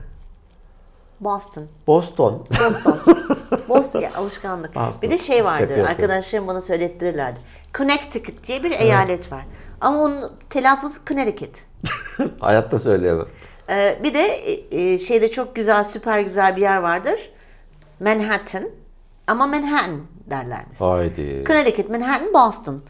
Boston. Boston. Boston. Boston ya, alışkanlık. Boston. Bir de şey vardır. Arkadaşlarım bana söylettirirlerdi. Connecticut diye bir eyalet var. Ama onun telaffuzu Connecticut. Hayatta söyleyemem. Ee, bir de e, şeyde çok güzel, süper güzel bir yer vardır. Manhattan. Ama Manhattan derler mesela. Haydi. Connecticut, Manhattan, Boston.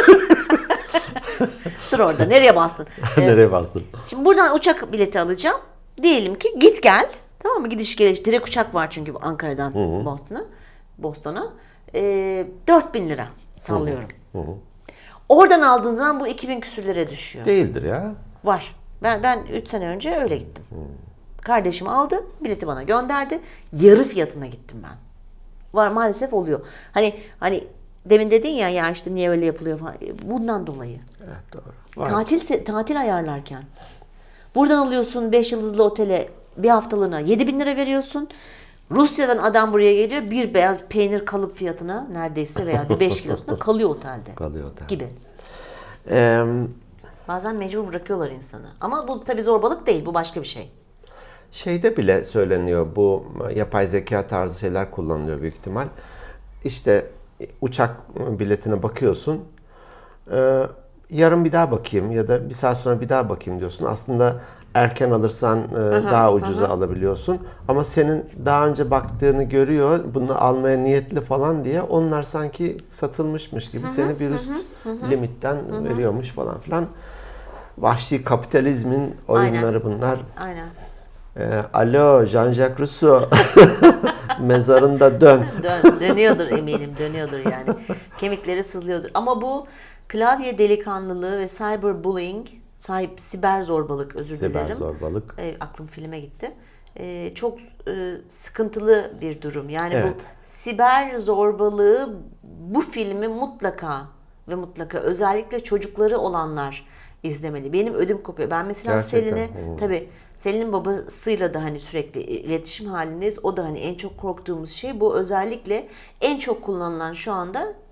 Dur orada. Nereye Boston? Ee, Nereye Boston? Şimdi buradan uçak bileti alacağım. Diyelim ki git gel. Tamam mı? Gidiş geliş. Direkt uçak var çünkü Ankara'dan hı hı. Boston'a. Boston'a. Ee, dört bin lira sallıyorum. Hı hı. Oradan aldığın zaman bu iki bin küsürlere düşüyor. Değildir ya. Var. Ben ben üç sene önce öyle gittim. Hı. Kardeşim aldı. Bileti bana gönderdi. Yarı fiyatına gittim ben. Var, maalesef oluyor. Hani hani demin dedin ya ya işte niye öyle yapılıyor falan. Bundan dolayı. Evet, doğru. Var. Tatil tatil ayarlarken. Buradan alıyorsun beş yıldızlı otele bir haftalığına yedi bin lira veriyorsun. Rusya'dan adam buraya geliyor. Bir beyaz peynir kalıp fiyatına neredeyse veya da beş kilosuna kalıyor otelde. Kalıyor otelde. Gibi. Ee, Bazen mecbur bırakıyorlar insanı. Ama bu tabii zorbalık değil. Bu başka bir şey. Şeyde bile söyleniyor. Bu yapay zeka tarzı şeyler kullanılıyor büyük ihtimal. İşte uçak biletine bakıyorsun. Ee, yarın bir daha bakayım ya da bir saat sonra bir daha bakayım diyorsun. Aslında erken alırsan e, aha, daha ucuza aha. alabiliyorsun. Ama senin daha önce baktığını görüyor, bunu almaya niyetli falan diye onlar sanki satılmışmış gibi hı hı, seni bir üst hı hı, limitten hı. veriyormuş falan filan. Vahşi kapitalizmin oyunları aynen. bunlar. Aynen. E, alo Jean-Jacques Rousseau mezarında dön. dön. Dönüyordur eminim, dönüyordur yani. Kemikleri sızlıyordur. Ama bu klavye delikanlılığı ve cyberbullying, sahip siber zorbalık, özür siber dilerim. Siber zorbalık. E, aklım filme gitti. E, çok e, sıkıntılı bir durum. Yani evet. bu siber zorbalığı, bu filmi mutlaka ve mutlaka özellikle çocukları olanlar izlemeli. Benim ödüm kopuyor. Ben mesela Selin'e tabii Selin'in babasıyla da hani sürekli iletişim halindeyiz. O da hani en çok korktuğumuz şey bu. Özellikle en çok kullanılan şu anda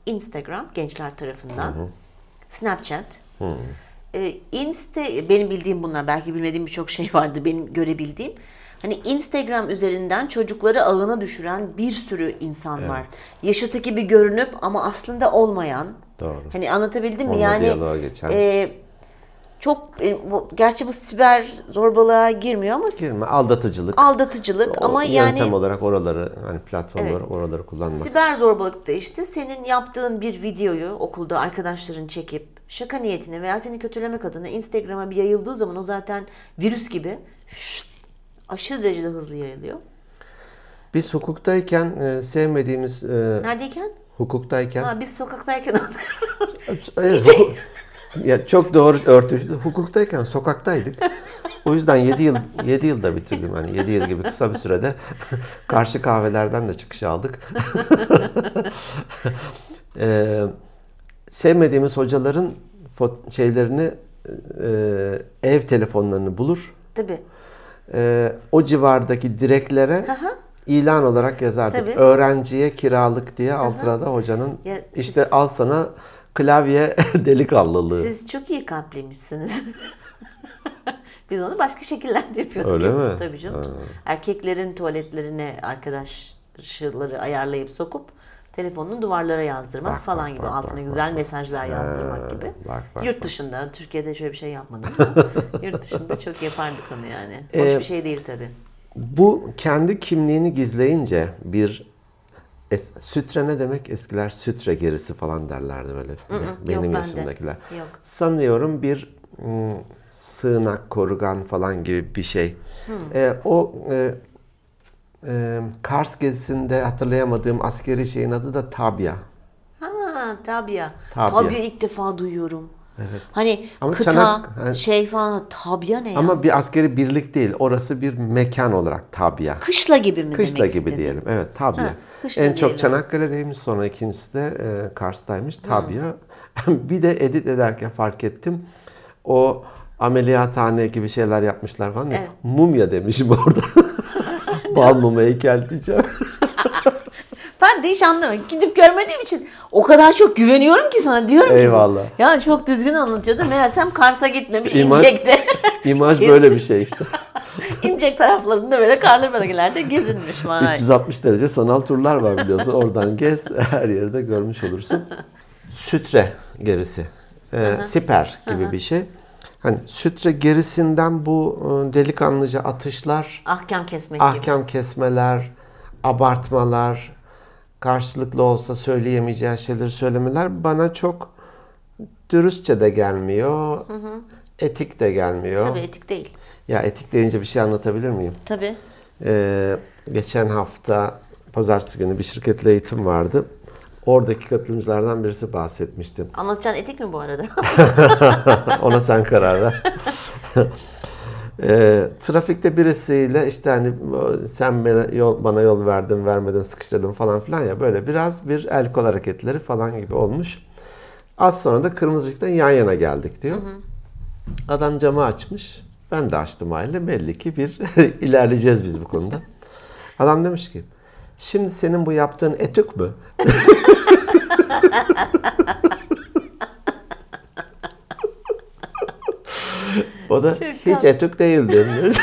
Instagram gençler tarafından, hı hı. Snapchat, hı hı. E, Insta, benim bildiğim bunlar, belki bilmediğim birçok şey vardı benim görebildiğim. Hani Instagram üzerinden çocukları ağına düşüren bir sürü insan evet. var. Yaşıtı gibi görünüp ama aslında olmayan. Doğru. Hani anlatabildim mi? Onunla yani e, çok e, bu, gerçi bu siber zorbalığa girmiyor ama girme aldatıcılık. Aldatıcılık o, ama yöntem yani yöntem olarak oraları hani platformları evet. oraları kullanmak. Siber zorbalıkta işte senin yaptığın bir videoyu okulda arkadaşların çekip şaka niyetine veya seni kötülemek adına Instagram'a bir yayıldığı zaman o zaten virüs gibi şşt, aşırı derecede hızlı yayılıyor. Biz hukuktayken e, sevmediğimiz... E, Neredeyken? Hukuktayken. Ha, biz sokaktayken evet, hukuk, ya çok doğru örtüştü. Hukuktayken sokaktaydık. O yüzden yedi yıl yedi yılda bitirdim. Yani yedi yıl gibi kısa bir sürede karşı kahvelerden de çıkış aldık. e, sevmediğimiz hocaların şeylerini e, ev telefonlarını bulur. Tabii. E, o civardaki direklere Aha. ilan olarak yazardık. Tabii. Öğrenciye kiralık diye altına da hocanın ya siz, işte al sana klavye delikanlılığı. Siz çok iyi kalpliymişsiniz. Biz onu başka şekillerde yapıyorduk. Öyle mi? Tabii canım. Ha. Erkeklerin tuvaletlerine arkadaşları ayarlayıp sokup telefonunu duvarlara yazdırmak bak, falan bak, gibi. Bak, Altına bak, güzel bak, mesajlar bak. yazdırmak ha, gibi. Bak, bak, Yurt dışında, bak. Türkiye'de şöyle bir şey yapmadım ama yurt dışında çok yapardık onu yani. Hoş ee, bir şey değil tabii. Bu kendi kimliğini gizleyince bir es, sütre ne demek? Eskiler sütre gerisi falan derlerdi böyle. Mm-mm, benim yok yaşımdakiler. Yok. Sanıyorum bir ım, sığınak, korugan falan gibi bir şey. Hmm. Ee, o e, e, Kars gezisinde hatırlayamadığım askeri şeyin adı da tabya. Ha, tabya. Tabya. Tabya ilk defa duyuyorum. Evet. Hani ama kıta, Çanak, yani, şey falan, tabya ne ya? Ama bir askeri birlik değil. Orası bir mekan olarak tabya. Kışla gibi mi Kışla demek gibi istedin? diyelim. Evet, tabya. Ha, en çok Çanakkale'deymiş, sonra ikincisi de e, Kars'taymış. Tabya. Hmm. Bir de edit ederken fark ettim. O ameliyathane gibi şeyler yapmışlar falan. Evet. Mumya demişim orada. Bal mumu heykel diyeceğim. Ben de hiç anlamadım. Gidip görmediğim için o kadar çok güveniyorum ki sana diyorum Eyvallah. ki. Yani çok düzgün anlatıyordun. Meğersem Kars'a gitmemiş, işte imaj, İncek'te. İmaj böyle bir şey işte. İncek taraflarında böyle karlı bölgelerde gezinmiş. Vay. üç yüz altmış derece sanal turlar var biliyorsun. Oradan gez, her yerde görmüş olursun. Sütre gerisi. Ee, siper gibi Aha. bir şey. Hani sütre gerisinden bu delikanlıca atışlar, ahkam kesmek ahkam gibi. kesmeler, abartmalar, karşılıklı olsa söyleyemeyeceği şeyleri söylemeler bana çok dürüstçe de gelmiyor, hı hı. etik de gelmiyor. Tabii etik değil. Ya etik deyince bir şey anlatabilir miyim? Tabii. Ee, geçen hafta pazartesi günü bir şirketle eğitim vardı. Oradaki katılımcılardan birisi bahsetmişti. Anlatacağın etik mi bu arada? Ona sen karar ver. E, trafikte birisiyle işte hani sen bana yol, bana yol verdin, vermedin, sıkıştırdın falan filan ya, böyle biraz bir el kol hareketleri falan gibi olmuş. Az sonra da kırmızı ışıkta yan yana geldik diyor. Hı hı. Adam camı açmış. Ben de açtım haliyle. Belli ki bir ilerleyeceğiz biz bu konuda. Adam demiş ki, şimdi senin bu yaptığın etük mü? O da çok hiç tatlı. Etük değil demiş.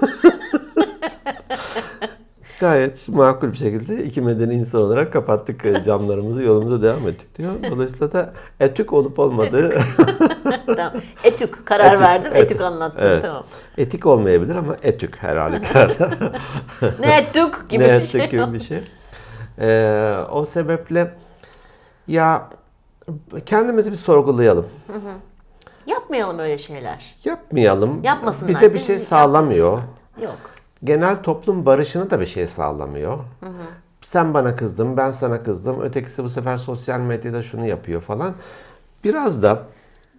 Gayet makul bir şekilde iki medeni insan olarak kapattık camlarımızı, yolumuza devam ettik diyor. Dolayısıyla da etük olup olmadığı... Tamam. Etük. Karar etük, verdim. Etük, etük anlattım. Evet. Tamam. Etik olmayabilir ama etük her halükarda. Ne etük gibi ne bir etük şey. gibi bir şey. Ee, o sebeple ya kendimizi bir sorgulayalım. Hı hı. Yapmayalım öyle şeyler. Yapmayalım. Yapmasınlar. Bize bir şey sağlamıyor. Yok. Genel toplum barışını da bir şey sağlamıyor. Hı hı. Sen bana kızdın, ben sana kızdım. Ötekisi bu sefer sosyal medyada şunu yapıyor falan. Biraz da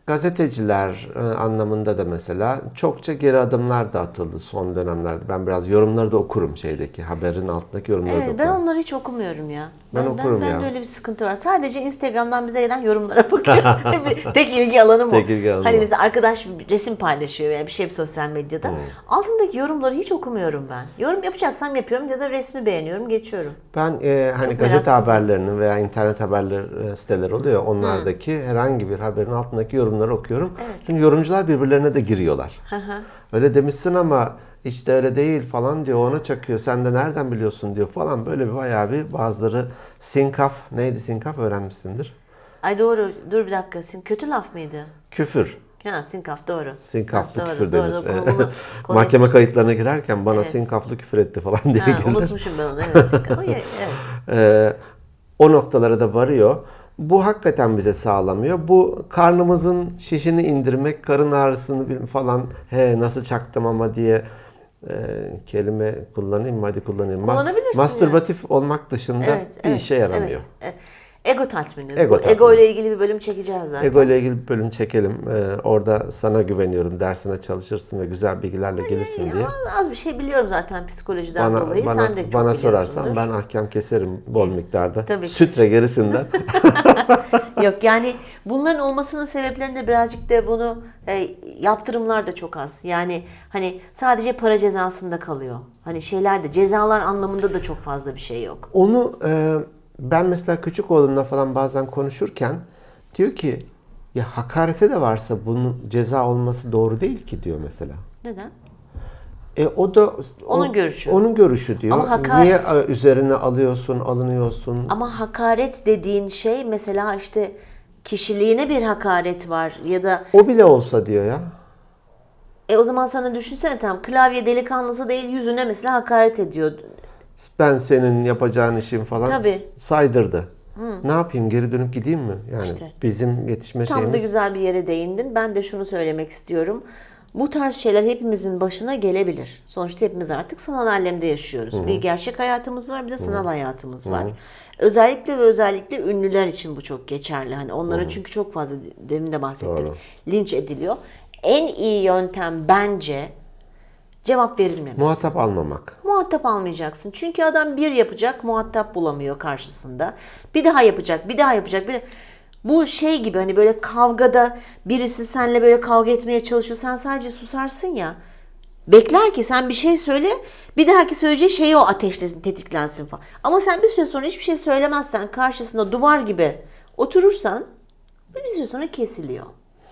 Gazeteciler e, anlamında da mesela çokça geri adımlar da atıldı son dönemlerde. Ben biraz yorumları da okurum şeydeki, haberin altındaki yorumları da Evet, okurum. ben onları hiç okumuyorum ya. Ben okurum ben, ya. de öyle bir sıkıntı var. Sadece Instagram'dan bize gelen yorumlara bakıyorum. Bir- Tek ilgi alanım o. Tek ilgi alanım Hani o. bizde arkadaş bir resim paylaşıyor veya bir şey sosyal medyada. Altındaki yorumları hiç okumuyorum ben. Yorum yapacaksam yapıyorum ya da resmi beğeniyorum, geçiyorum. Ben e, hani Çok gazete meraksızım. haberlerinin veya internet haberleri e, siteleri oluyor. Onlardaki herhangi bir haberin altındaki yorumları okuyorum. Evet. Çünkü yorumcular birbirlerine de giriyorlar. Hı hı. Öyle demişsin ama hiç de öyle değil falan diyor. Ona çakıyor. Sen de nereden biliyorsun diyor falan. Böyle bir bayağı bir bazıları sinkaf. Neydi sinkaf öğrenmişsindir. Ay doğru. Dur bir dakika. Sin kötü laf mıydı? Küfür. Ha, sinkaf doğru. Sinkaflı Ha, doğru, küfür doğru, denir. doğru. Konu- bunu- konu- Mahkeme kayıtlarına girerken bana Evet. sinkaflı küfür etti falan diye Ha, gelir. unutmuşum ben onu. Evet, sinkaf. Ay, evet. Ee, o noktalara da varıyor. Bu hakikaten bize sağlamıyor. Bu karnımızın şişini indirmek, karın ağrısını bil- falan he nasıl çaktım ama diye e, kelime kullanayım mı? Hadi kullanayım. Ma- Kullanabilirsin Mastürbatif olmak dışında Evet, bir evet, işe yaramıyor. evet. E, Ego tatmini. Ego Bu tatmini. ego ile ilgili bir bölüm çekeceğiz zaten. Ego ile ilgili bir bölüm çekelim. Ee, orada sana güveniyorum. Dersine çalışırsın ve güzel bilgilerle gelirsin diye. Ama az bir şey biliyorum zaten psikolojiden Bana, dolayı. bana, Sen de çok bana biliyorsundur. sorarsan ben ahkam keserim bol miktarda. Tabii ki. Sütre gerisinden. Yok yani bunların olmasının sebeplerinde birazcık da bunu e, yaptırımlar da çok az. Yani hani sadece para cezasında kalıyor. Hani şeyler de cezalar anlamında da çok fazla bir şey yok. Onu e, ben mesela küçük oğlumla falan bazen konuşurken diyor ki ya hakarete de varsa bunun ceza olması doğru değil ki diyor mesela. Neden? E o da Onun o- görüşü. Onun görüşü diyor. Ama hakar- Niye e, üzerine alıyorsun, alınıyorsun? Ama hakaret dediğin şey mesela işte kişiliğine bir hakaret var ya da O bile olsa diyor ya. e o zaman sana düşünsene tamam klavye delikanlısı değil yüzüne mesela hakaret ediyor. Ben senin yapacağın işin falan Tabii. saydırdı. Ne yapayım geri dönüp gideyim mi? Yani İşte. bizim yetişme Tam da şeyimiz. güzel bir yere değindin. Ben de şunu söylemek istiyorum. Bu tarz şeyler hepimizin başına gelebilir. Sonuçta hepimiz artık sanal alemde yaşıyoruz. Bir gerçek hayatımız var, bir de sanal hayatımız var. Özellikle ve özellikle ünlüler için bu çok geçerli. Hani onlara çünkü çok fazla demin de bahsettik. Doğru. Linç ediliyor. En iyi yöntem bence cevap verilmemesi. Muhatap almamak. Muhatap almayacaksın. Çünkü adam bir yapacak, muhatap bulamıyor karşısında. Bir daha yapacak, bir daha yapacak. Bir de... Bu şey gibi hani böyle kavgada birisi seninle böyle kavga etmeye çalışıyor. Sen sadece susarsın ya. Bekler ki sen bir şey söyle, bir dahaki söyleyeceği şeyi o ateşlesin, tetiklensin falan. Ama sen bir süre sonra hiçbir şey söylemezsen, karşısında duvar gibi oturursan bir süre sonra kesiliyor.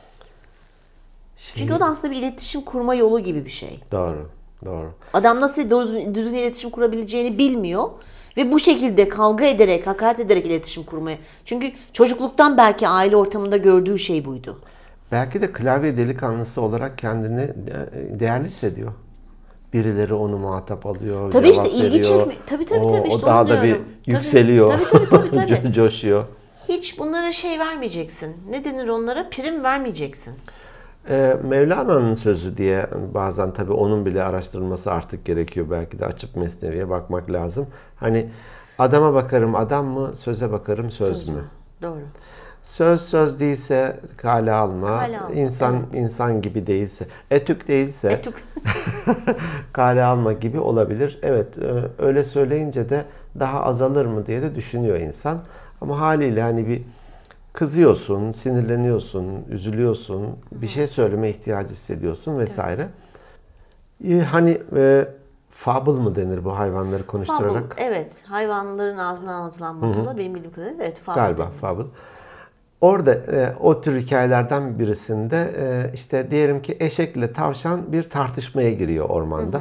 Şey- Çünkü o da aslında bir iletişim kurma yolu gibi bir şey. Doğru. Doğru. Adam nasıl düzgün, düzgün iletişim kurabileceğini bilmiyor. Ve bu şekilde kavga ederek, hakaret ederek iletişim kurmaya. Çünkü çocukluktan belki aile ortamında gördüğü şey buydu. Belki de klavye delikanlısı olarak kendini de- değerli hissediyor. Birileri onu muhatap alıyor, Tabii işte cevap ilgi veriyor. çekme. Tabii tabii o, tabii işte o daha onu da bir diyorum. Tabii, yükseliyor. tabii, tabii, tabii, tabii. Coşuyor. Hiç bunlara şey vermeyeceksin. Ne denir onlara? Prim vermeyeceksin. Ee, Mevlana'nın sözü diye bazen tabii onun bile araştırılması artık gerekiyor. Belki de açıp Mesnevi'ye bakmak lazım. Hani adama bakarım adam mı, söze bakarım söz, Söz mü? mü? Doğru. Söz söz değilse kale alma. Kale alma, İnsan insan gibi değilse, etük değilse Etuk. kale alma gibi olabilir. Evet, e, öyle söyleyince de daha azalır mı diye de düşünüyor insan. Ama haliyle hani bir kızıyorsun, sinirleniyorsun, üzülüyorsun, bir şey söyleme ihtiyacı hissediyorsun vesaire. E, Hani e, fable mı denir bu hayvanları konuşturarak? Fable. Evet. Hayvanların ağzından anlatılan masala benim bildiğim kadarıyla evet. Fable Galiba denir. fable. Orada e, o tür hikayelerden birisinde e, işte diyelim ki eşekle tavşan bir tartışmaya giriyor ormanda.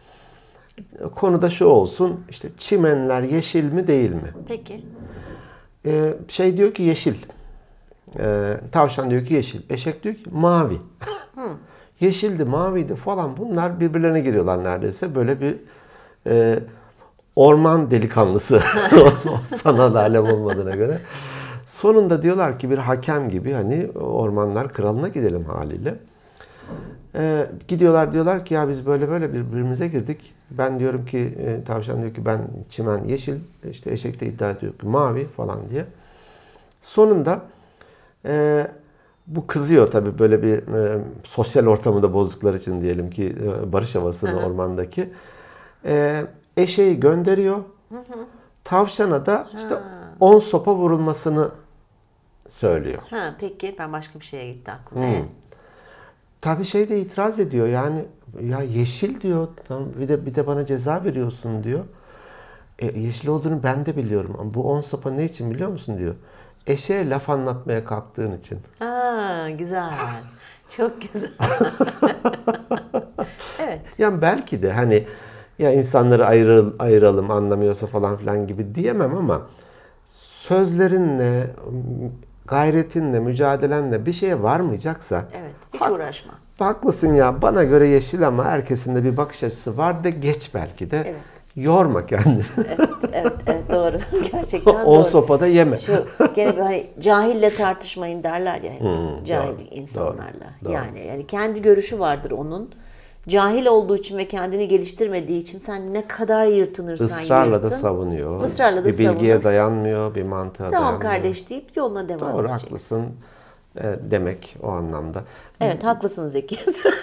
Konu da şu olsun, işte çimenler yeşil mi değil mi? Peki. E, şey diyor ki yeşil. E, tavşan diyor ki yeşil. Eşek diyor ki mavi. Yeşildi, maviydi falan bunlar birbirlerine giriyorlar neredeyse. Böyle bir e, orman delikanlısı o sanal alem olmadığına göre. Sonunda diyorlar ki bir hakem gibi hani ormanlar kralına gidelim haliyle. Ee, gidiyorlar diyorlar ki ya biz böyle böyle birbirimize girdik. Ben diyorum ki e, tavşan diyor ki ben çimen yeşil, işte eşek de iddia ediyor ki mavi falan diye. Sonunda e, Bu kızıyor tabii böyle bir e, sosyal ortamı da bozdukları için diyelim ki e, barış havasını Hı-hı. ormandaki. E, eşeği gönderiyor. Hı-hı. Tavşana da işte on sopa vurulmasını söylüyor. Ha, peki ben başka bir şeye gitti aklım. Evet. Tabii şey de itiraz ediyor yani ya yeşil diyor tamam, bir de bir de bana ceza veriyorsun diyor. E, yeşil olduğunu ben de biliyorum ama bu on sopa ne için biliyor musun diyor. Eşeğe laf anlatmaya kalktığın için. Aa, güzel. Çok güzel. Evet. Yani belki de hani ya insanları ayıralım, ayıralım anlamıyorsa falan filan gibi diyemem ama sözlerinle, gayretinle, mücadelenle bir şeye varmayacaksa evet, hiç hak, uğraşma. Haklısın ya bana göre yeşil ama herkesin de bir bakış açısı var de geç belki de. Evet. Yorma kendini. Evet, evet, evet doğru. Gerçekten doğru. On sopada yeme. Şu gene bir hani cahille tartışmayın derler ya. Hmm, Cahil doğru, insanlarla. Doğru, yani doğru. yani kendi görüşü vardır onun. Cahil olduğu için ve kendini geliştirmediği için sen ne kadar yırtınırsan Israrla yırtın. da savunuyor. Israrla da bir bilgiye savunur. dayanmıyor, bir mantığa tamam, dayanmıyor. Tamam kardeş deyip yoluna devam doğru, edeceksin. Doğru haklısın e, demek o anlamda. Evet haklısın Zeki.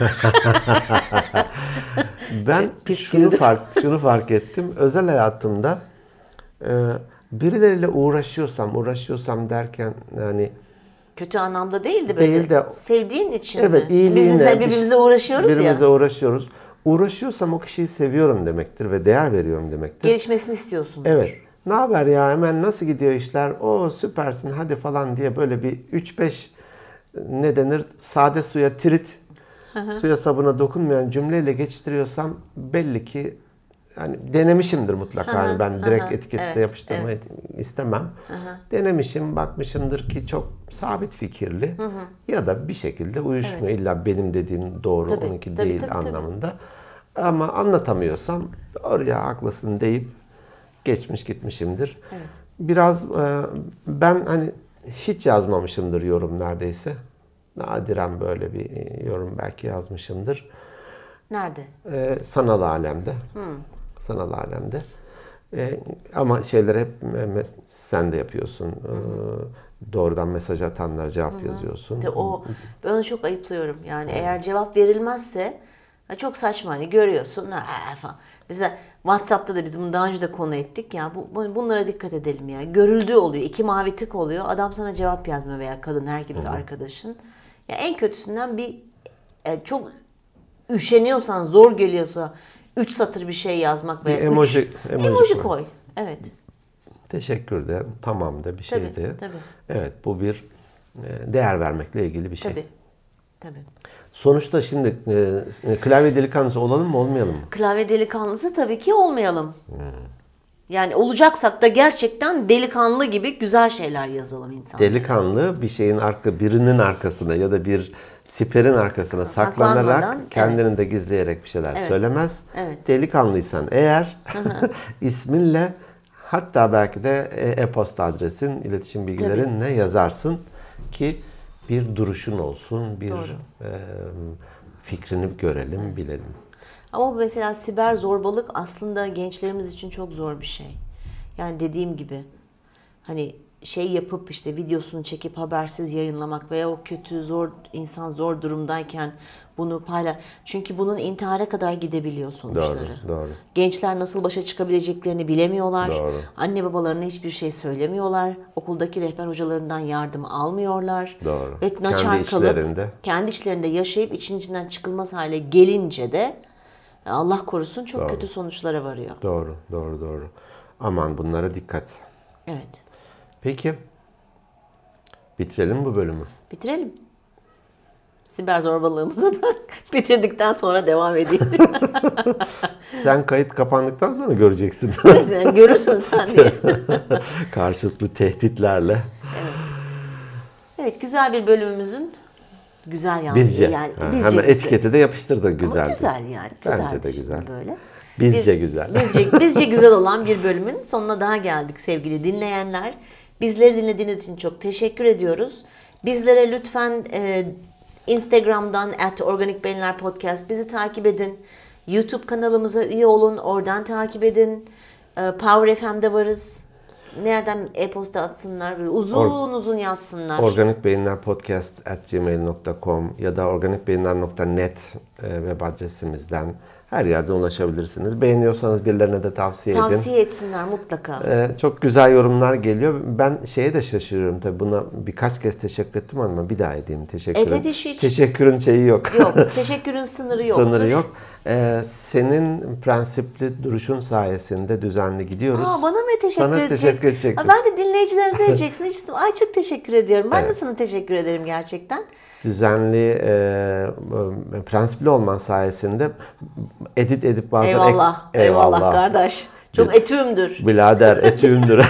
Ben şunu fark, şunu fark ettim. Özel hayatımda e, birileriyle uğraşıyorsam, uğraşıyorsam derken yani kötü anlamda değildi böyle. Değil de sevdiğin için evet, mi? iyiliğine, Biz birbirimizle uğraşıyoruz birbirimize ya. Birbirimize uğraşıyoruz. Uğraşıyorsam o kişiyi seviyorum demektir ve değer veriyorum demektir. Gelişmesini istiyorsun. Evet. Ne haber ya hemen nasıl gidiyor işler? O süpersin hadi falan diye böyle bir üç beş ne denir sade suya tirit suya sabuna dokunmayan cümleyle geçiştiriyorsam belli ki yani denemişimdir mutlaka. Yani ben direkt etikette evet, yapıştırmayı evet. istemem. Aha. Denemişim, bakmışımdır ki çok sabit fikirli hı hı. ya da bir şekilde uyuşmuyor. Evet. İlla benim dediğim doğru, tabii, onunki tabii, değil tabii, anlamında. Tabii. Ama anlatamıyorsam oraya haklısın deyip geçmiş gitmişimdir. Evet. Biraz ben hani hiç yazmamışımdır yorum neredeyse. Nadiren böyle bir yorum belki yazmışımdır. Nerede? Ee, sanal alemde. Hmm. Sanal alemde. Ee, ama şeyler hep sen de yapıyorsun. Ee, doğrudan mesaj atanlara cevap Hı-hı. yazıyorsun. De o ben onu çok ayıplıyorum. Yani evet. eğer cevap verilmezse çok saçma hani görüyorsun ha falan. Mesela WhatsApp'ta da biz bunu daha önce de konu ettik ya. Bu, bunlara dikkat edelim ya. Görüldüğü oluyor. İki mavi tık oluyor. Adam sana cevap yazmıyor veya kadın her kimse Hı-hı. arkadaşın. Ya en kötüsünden bir yani çok üşeniyorsan, zor geliyorsa üç satır bir şey yazmak veya bir emoji, üç, emoji, emoji koy. koy. Evet. Teşekkür de, tamam da bir şey tabii, de. Tabii. Evet, bu bir değer vermekle ilgili bir şey. Tabii. Tabii. Sonuçta şimdi e, klavye delikanlısı olalım mı, olmayalım mı? Klavye delikanlısı tabii ki olmayalım. Hmm. Yani olacaksak da gerçekten delikanlı gibi güzel şeyler yazalım insanlara. Delikanlı bir şeyin arka, birinin arkasına ya da bir siperin arkasına saklanarak kendini evet. de gizleyerek bir şeyler evet. söylemez. Evet. Delikanlıysan eğer isminle hatta belki de e-posta adresin, iletişim bilgilerinle Tabii. yazarsın ki bir duruşun olsun, bir e, fikrini görelim, evet. bilelim. Ama mesela siber zorbalık aslında gençlerimiz için çok zor bir şey. Yani dediğim gibi hani şey yapıp işte videosunu çekip habersiz yayınlamak veya o kötü zor insan zor durumdayken bunu paylaş. Çünkü bunun intihara kadar gidebiliyor sonuçları. Doğru, doğru. Gençler nasıl başa çıkabileceklerini bilemiyorlar. Doğru. Anne babalarına hiçbir şey söylemiyorlar. Okuldaki rehber hocalarından yardım almıyorlar. Doğru. Ve kendi içlerinde. Kendi içlerinde yaşayıp için içinden çıkılmaz hale gelince de Allah korusun çok doğru. kötü sonuçlara varıyor. Doğru, doğru, doğru. Aman bunlara dikkat. Evet. Peki, bitirelim bu bölümü. Bitirelim. Siber zorbalığımızı bak. Bitirdikten sonra devam edeyim. Sen kayıt kapandıktan sonra göreceksin. Yani görürsün sen diye. Karşılıklı tehditlerle. Evet. Evet, güzel bir bölümümüzün güzel yani. Bizce. Yani, ha, bizce hemen güzel. etiketi de yapıştırdın güzel. Ama güzel yani. Güzel Bence de güzel. Böyle. Bizce bir, güzel. Bizce, bizce güzel olan bir bölümün sonuna daha geldik sevgili dinleyenler. Bizleri dinlediğiniz için çok teşekkür ediyoruz. Bizlere lütfen e, Instagram'dan at Organik Beyinler Podcast bizi takip edin. YouTube kanalımıza üye olun. Oradan takip edin. E, Power F M'de varız. nereden e-posta atsınlar, böyle uzun Or- uzun yazsınlar. organikbeyinlerpodcast at gmail nokta com ya da organikbeyinler nokta net e, web adresimizden her yerden ulaşabilirsiniz. Beğeniyorsanız birilerine de tavsiye edin. Tavsiye etsinler mutlaka. Ee, çok güzel yorumlar geliyor. Ben şeye de şaşırıyorum tabii. Buna birkaç kez teşekkür ettim ama bir daha edeyim teşekkürün. Evet, hiç, hiç. Teşekkürün şeyi yok. Yok. Teşekkürün sınırı yoktur. Sınırı yok. Ee, senin prensipli duruşun sayesinde düzenli gidiyoruz. Aa, bana mı teşekkür Sana edecek? teşekkür edecektim. Aa, ben de dinleyicilerimize edeceksin. Hiç, ay çok teşekkür ediyorum. Ben Evet. de sana teşekkür ederim gerçekten. Düzenli, e, prensipli olman sayesinde edit edip bazen... Eyvallah. Ek, eyvallah. Eyvallah kardeş. Çok etüğümdür. Birader etüğümdür.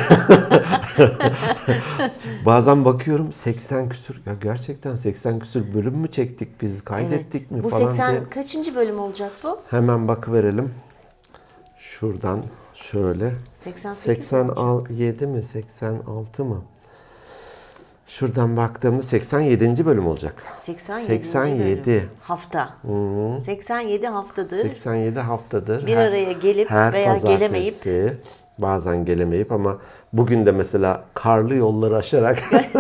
Bazen bakıyorum seksen küsür. Ya gerçekten seksen küsür bölüm mü çektik biz? Kaydettik evet. mi bu falan seksen diye. kaçıncı bölüm olacak bu? Hemen bakıverelim. Şuradan şöyle. seksen sekiz seksen yedi mi? seksen altı mı? Şuradan baktığımda seksen yedinci bölüm olacak. seksen yedi. seksen yedi. Hafta. Hı-hı. seksen yedi haftadır. seksen yedi haftadır. Bir her, araya gelip her veya gelemeyip. Bazen gelemeyip ama bugün de mesela karlı yolları aşarak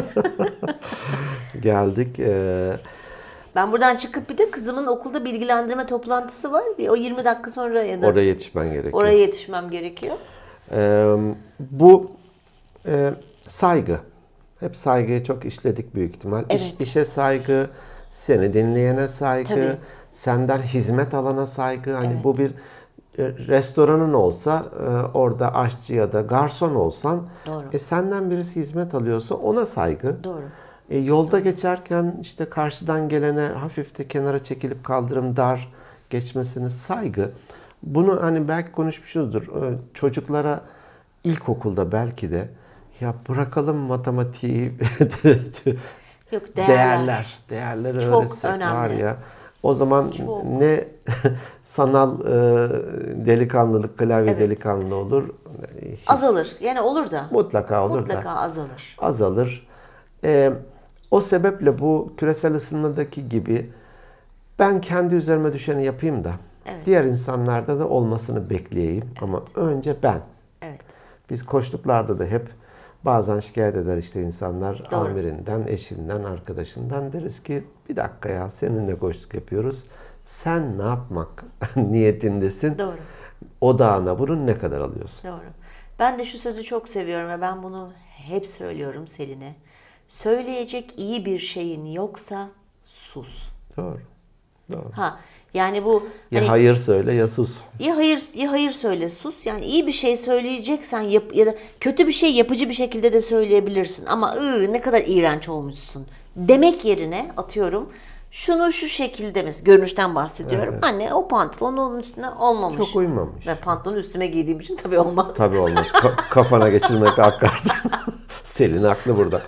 geldik. Ee, ben buradan çıkıp bir de kızımın okulda bilgilendirme toplantısı var. Bir o yirmi dakika sonra ya da oraya yetişmen gerekiyor. Oraya yetişmem gerekiyor. Ee, bu e, saygı. Hep saygıyı çok işledik büyük ihtimal. Evet. İş, işe saygı, seni dinleyene saygı, Tabii. senden hizmet alana saygı. Hani Evet. bu bir restoranın olsa orada aşçı ya da garson olsan Doğru. E, senden birisi hizmet alıyorsa ona saygı. Doğru. E, yolda Doğru. geçerken işte karşıdan gelene hafif de kenara çekilip kaldırım dar geçmesine saygı. Bunu hani belki konuşmuşuzdur. Çocuklara ilkokulda belki de ya bırakalım matematiği Yok, değerler. değerler. Değerleri Çok öğretsek önemli. var ya. O zaman Çok. ne sanal e, delikanlılık, klavye Evet. delikanlı olur. Hiç, Azalır. Yani olur da. mutlaka olur Mutlaka da. azalır. Azalır. E, o sebeple bu küresel ısınmadaki gibi ben kendi üzerime düşeni yapayım da Evet. diğer insanlarda da olmasını bekleyeyim. Evet. Ama önce ben. Evet. Biz koçluklarda da hep bazen şikayet eder işte insanlar Doğru. amirinden, eşinden, arkadaşından deriz ki bir dakika ya seninle koçluk yapıyoruz. Sen ne yapmak niyetindesin? Doğru. Odağına bunun ne kadar alıyorsun? Doğru. Ben de şu sözü çok seviyorum ve ben bunu hep söylüyorum Selin'e. Söyleyecek iyi bir şeyin yoksa sus. Doğru. Doğru. Ha, yani bu Ya hani, hayır söyle ya sus. ya hayır ya hayır söyle sus. Yani iyi bir şey söyleyeceksen yap, ya da kötü bir şey yapıcı bir şekilde de söyleyebilirsin. Ama ıı, ne kadar iğrenç olmuşsun demek yerine atıyorum şunu şu şekilde mesela görünüşten bahsediyorum. Evet. Anne o pantolon onun üstüne olmamış. Çok uymamış. Ben pantolonu üstüme giydiğim için tabii olmaz. Tabii olmaz. Ka- kafana geçirmek kalkarsın. Selin haklı burada.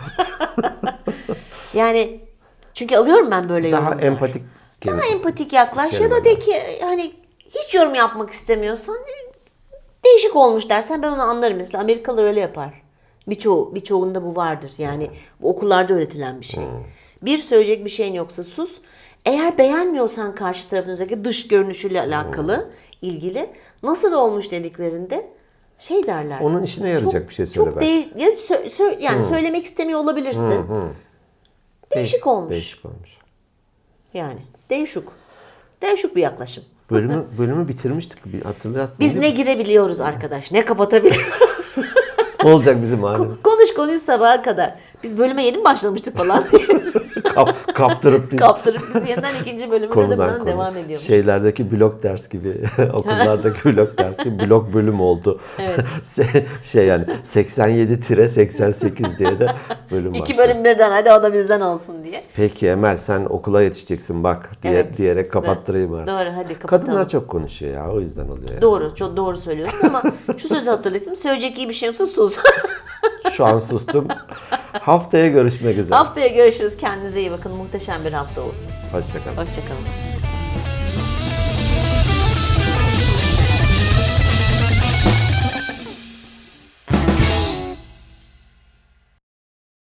Yani çünkü alıyorum ben böyle Daha yorumlar. empatik. Daha empatik yaklaş ya da de ki hani hiç yorum yapmak istemiyorsan değişik olmuş dersen ben onu anlarım. Mesela Amerikalılar öyle yapar. Birçoğu, birçoğunda bu vardır. Yani bu okullarda öğretilen bir şey. Bir söyleyecek bir şeyin yoksa sus. Eğer beğenmiyorsan karşı tarafınızdaki dış görünüşüyle alakalı, ilgili nasıl olmuş dediklerinde şey derler. Onun işine yarayacak çok, bir şey söyle çok belki. değil, ya sö- sö- yani hmm. söylemek istemiyor olabilirsin. Hmm. Değişik olmuş. Değişik olmuş. Yani değişik. Değişik bir yaklaşım. Bölümü bölümü bitirmiştik. Bir hatırlarsın. Biz ne girebiliyoruz arkadaş, ne kapatabiliyoruz. Ne olacak bizim halimiz? Konuş konuş sabaha kadar. Biz bölüme yeni mi başlamıştık falan. Kap, kaptırıp biz Kaptırıp biz yeniden ikinci bölümde de bundan konu. devam ediyormuş. Şeylerdeki blok ders gibi, okullardaki blok ders gibi blok bölüm oldu. Evet. şey yani seksen yedi seksen sekiz diye de bölüm İki başladı. bölüm birden hadi o da bizden olsun diye. Peki Emel sen okula yetişeceksin bak diye, Evet. diyerek kapattırayım artık. Doğru hadi kapatalım. Kadınlar çok konuşuyor ya o yüzden oluyor ya. Doğru çok doğru söylüyorsun ama şu sözü hatırlatayım. Söyleyecek iyi bir şey yoksa sus. Şu an sustum. Haftaya görüşmek üzere. Haftaya görüşürüz. Kendinize iyi bakın. Muhteşem bir hafta olsun. Hoşça kalın. Hoşçakalın.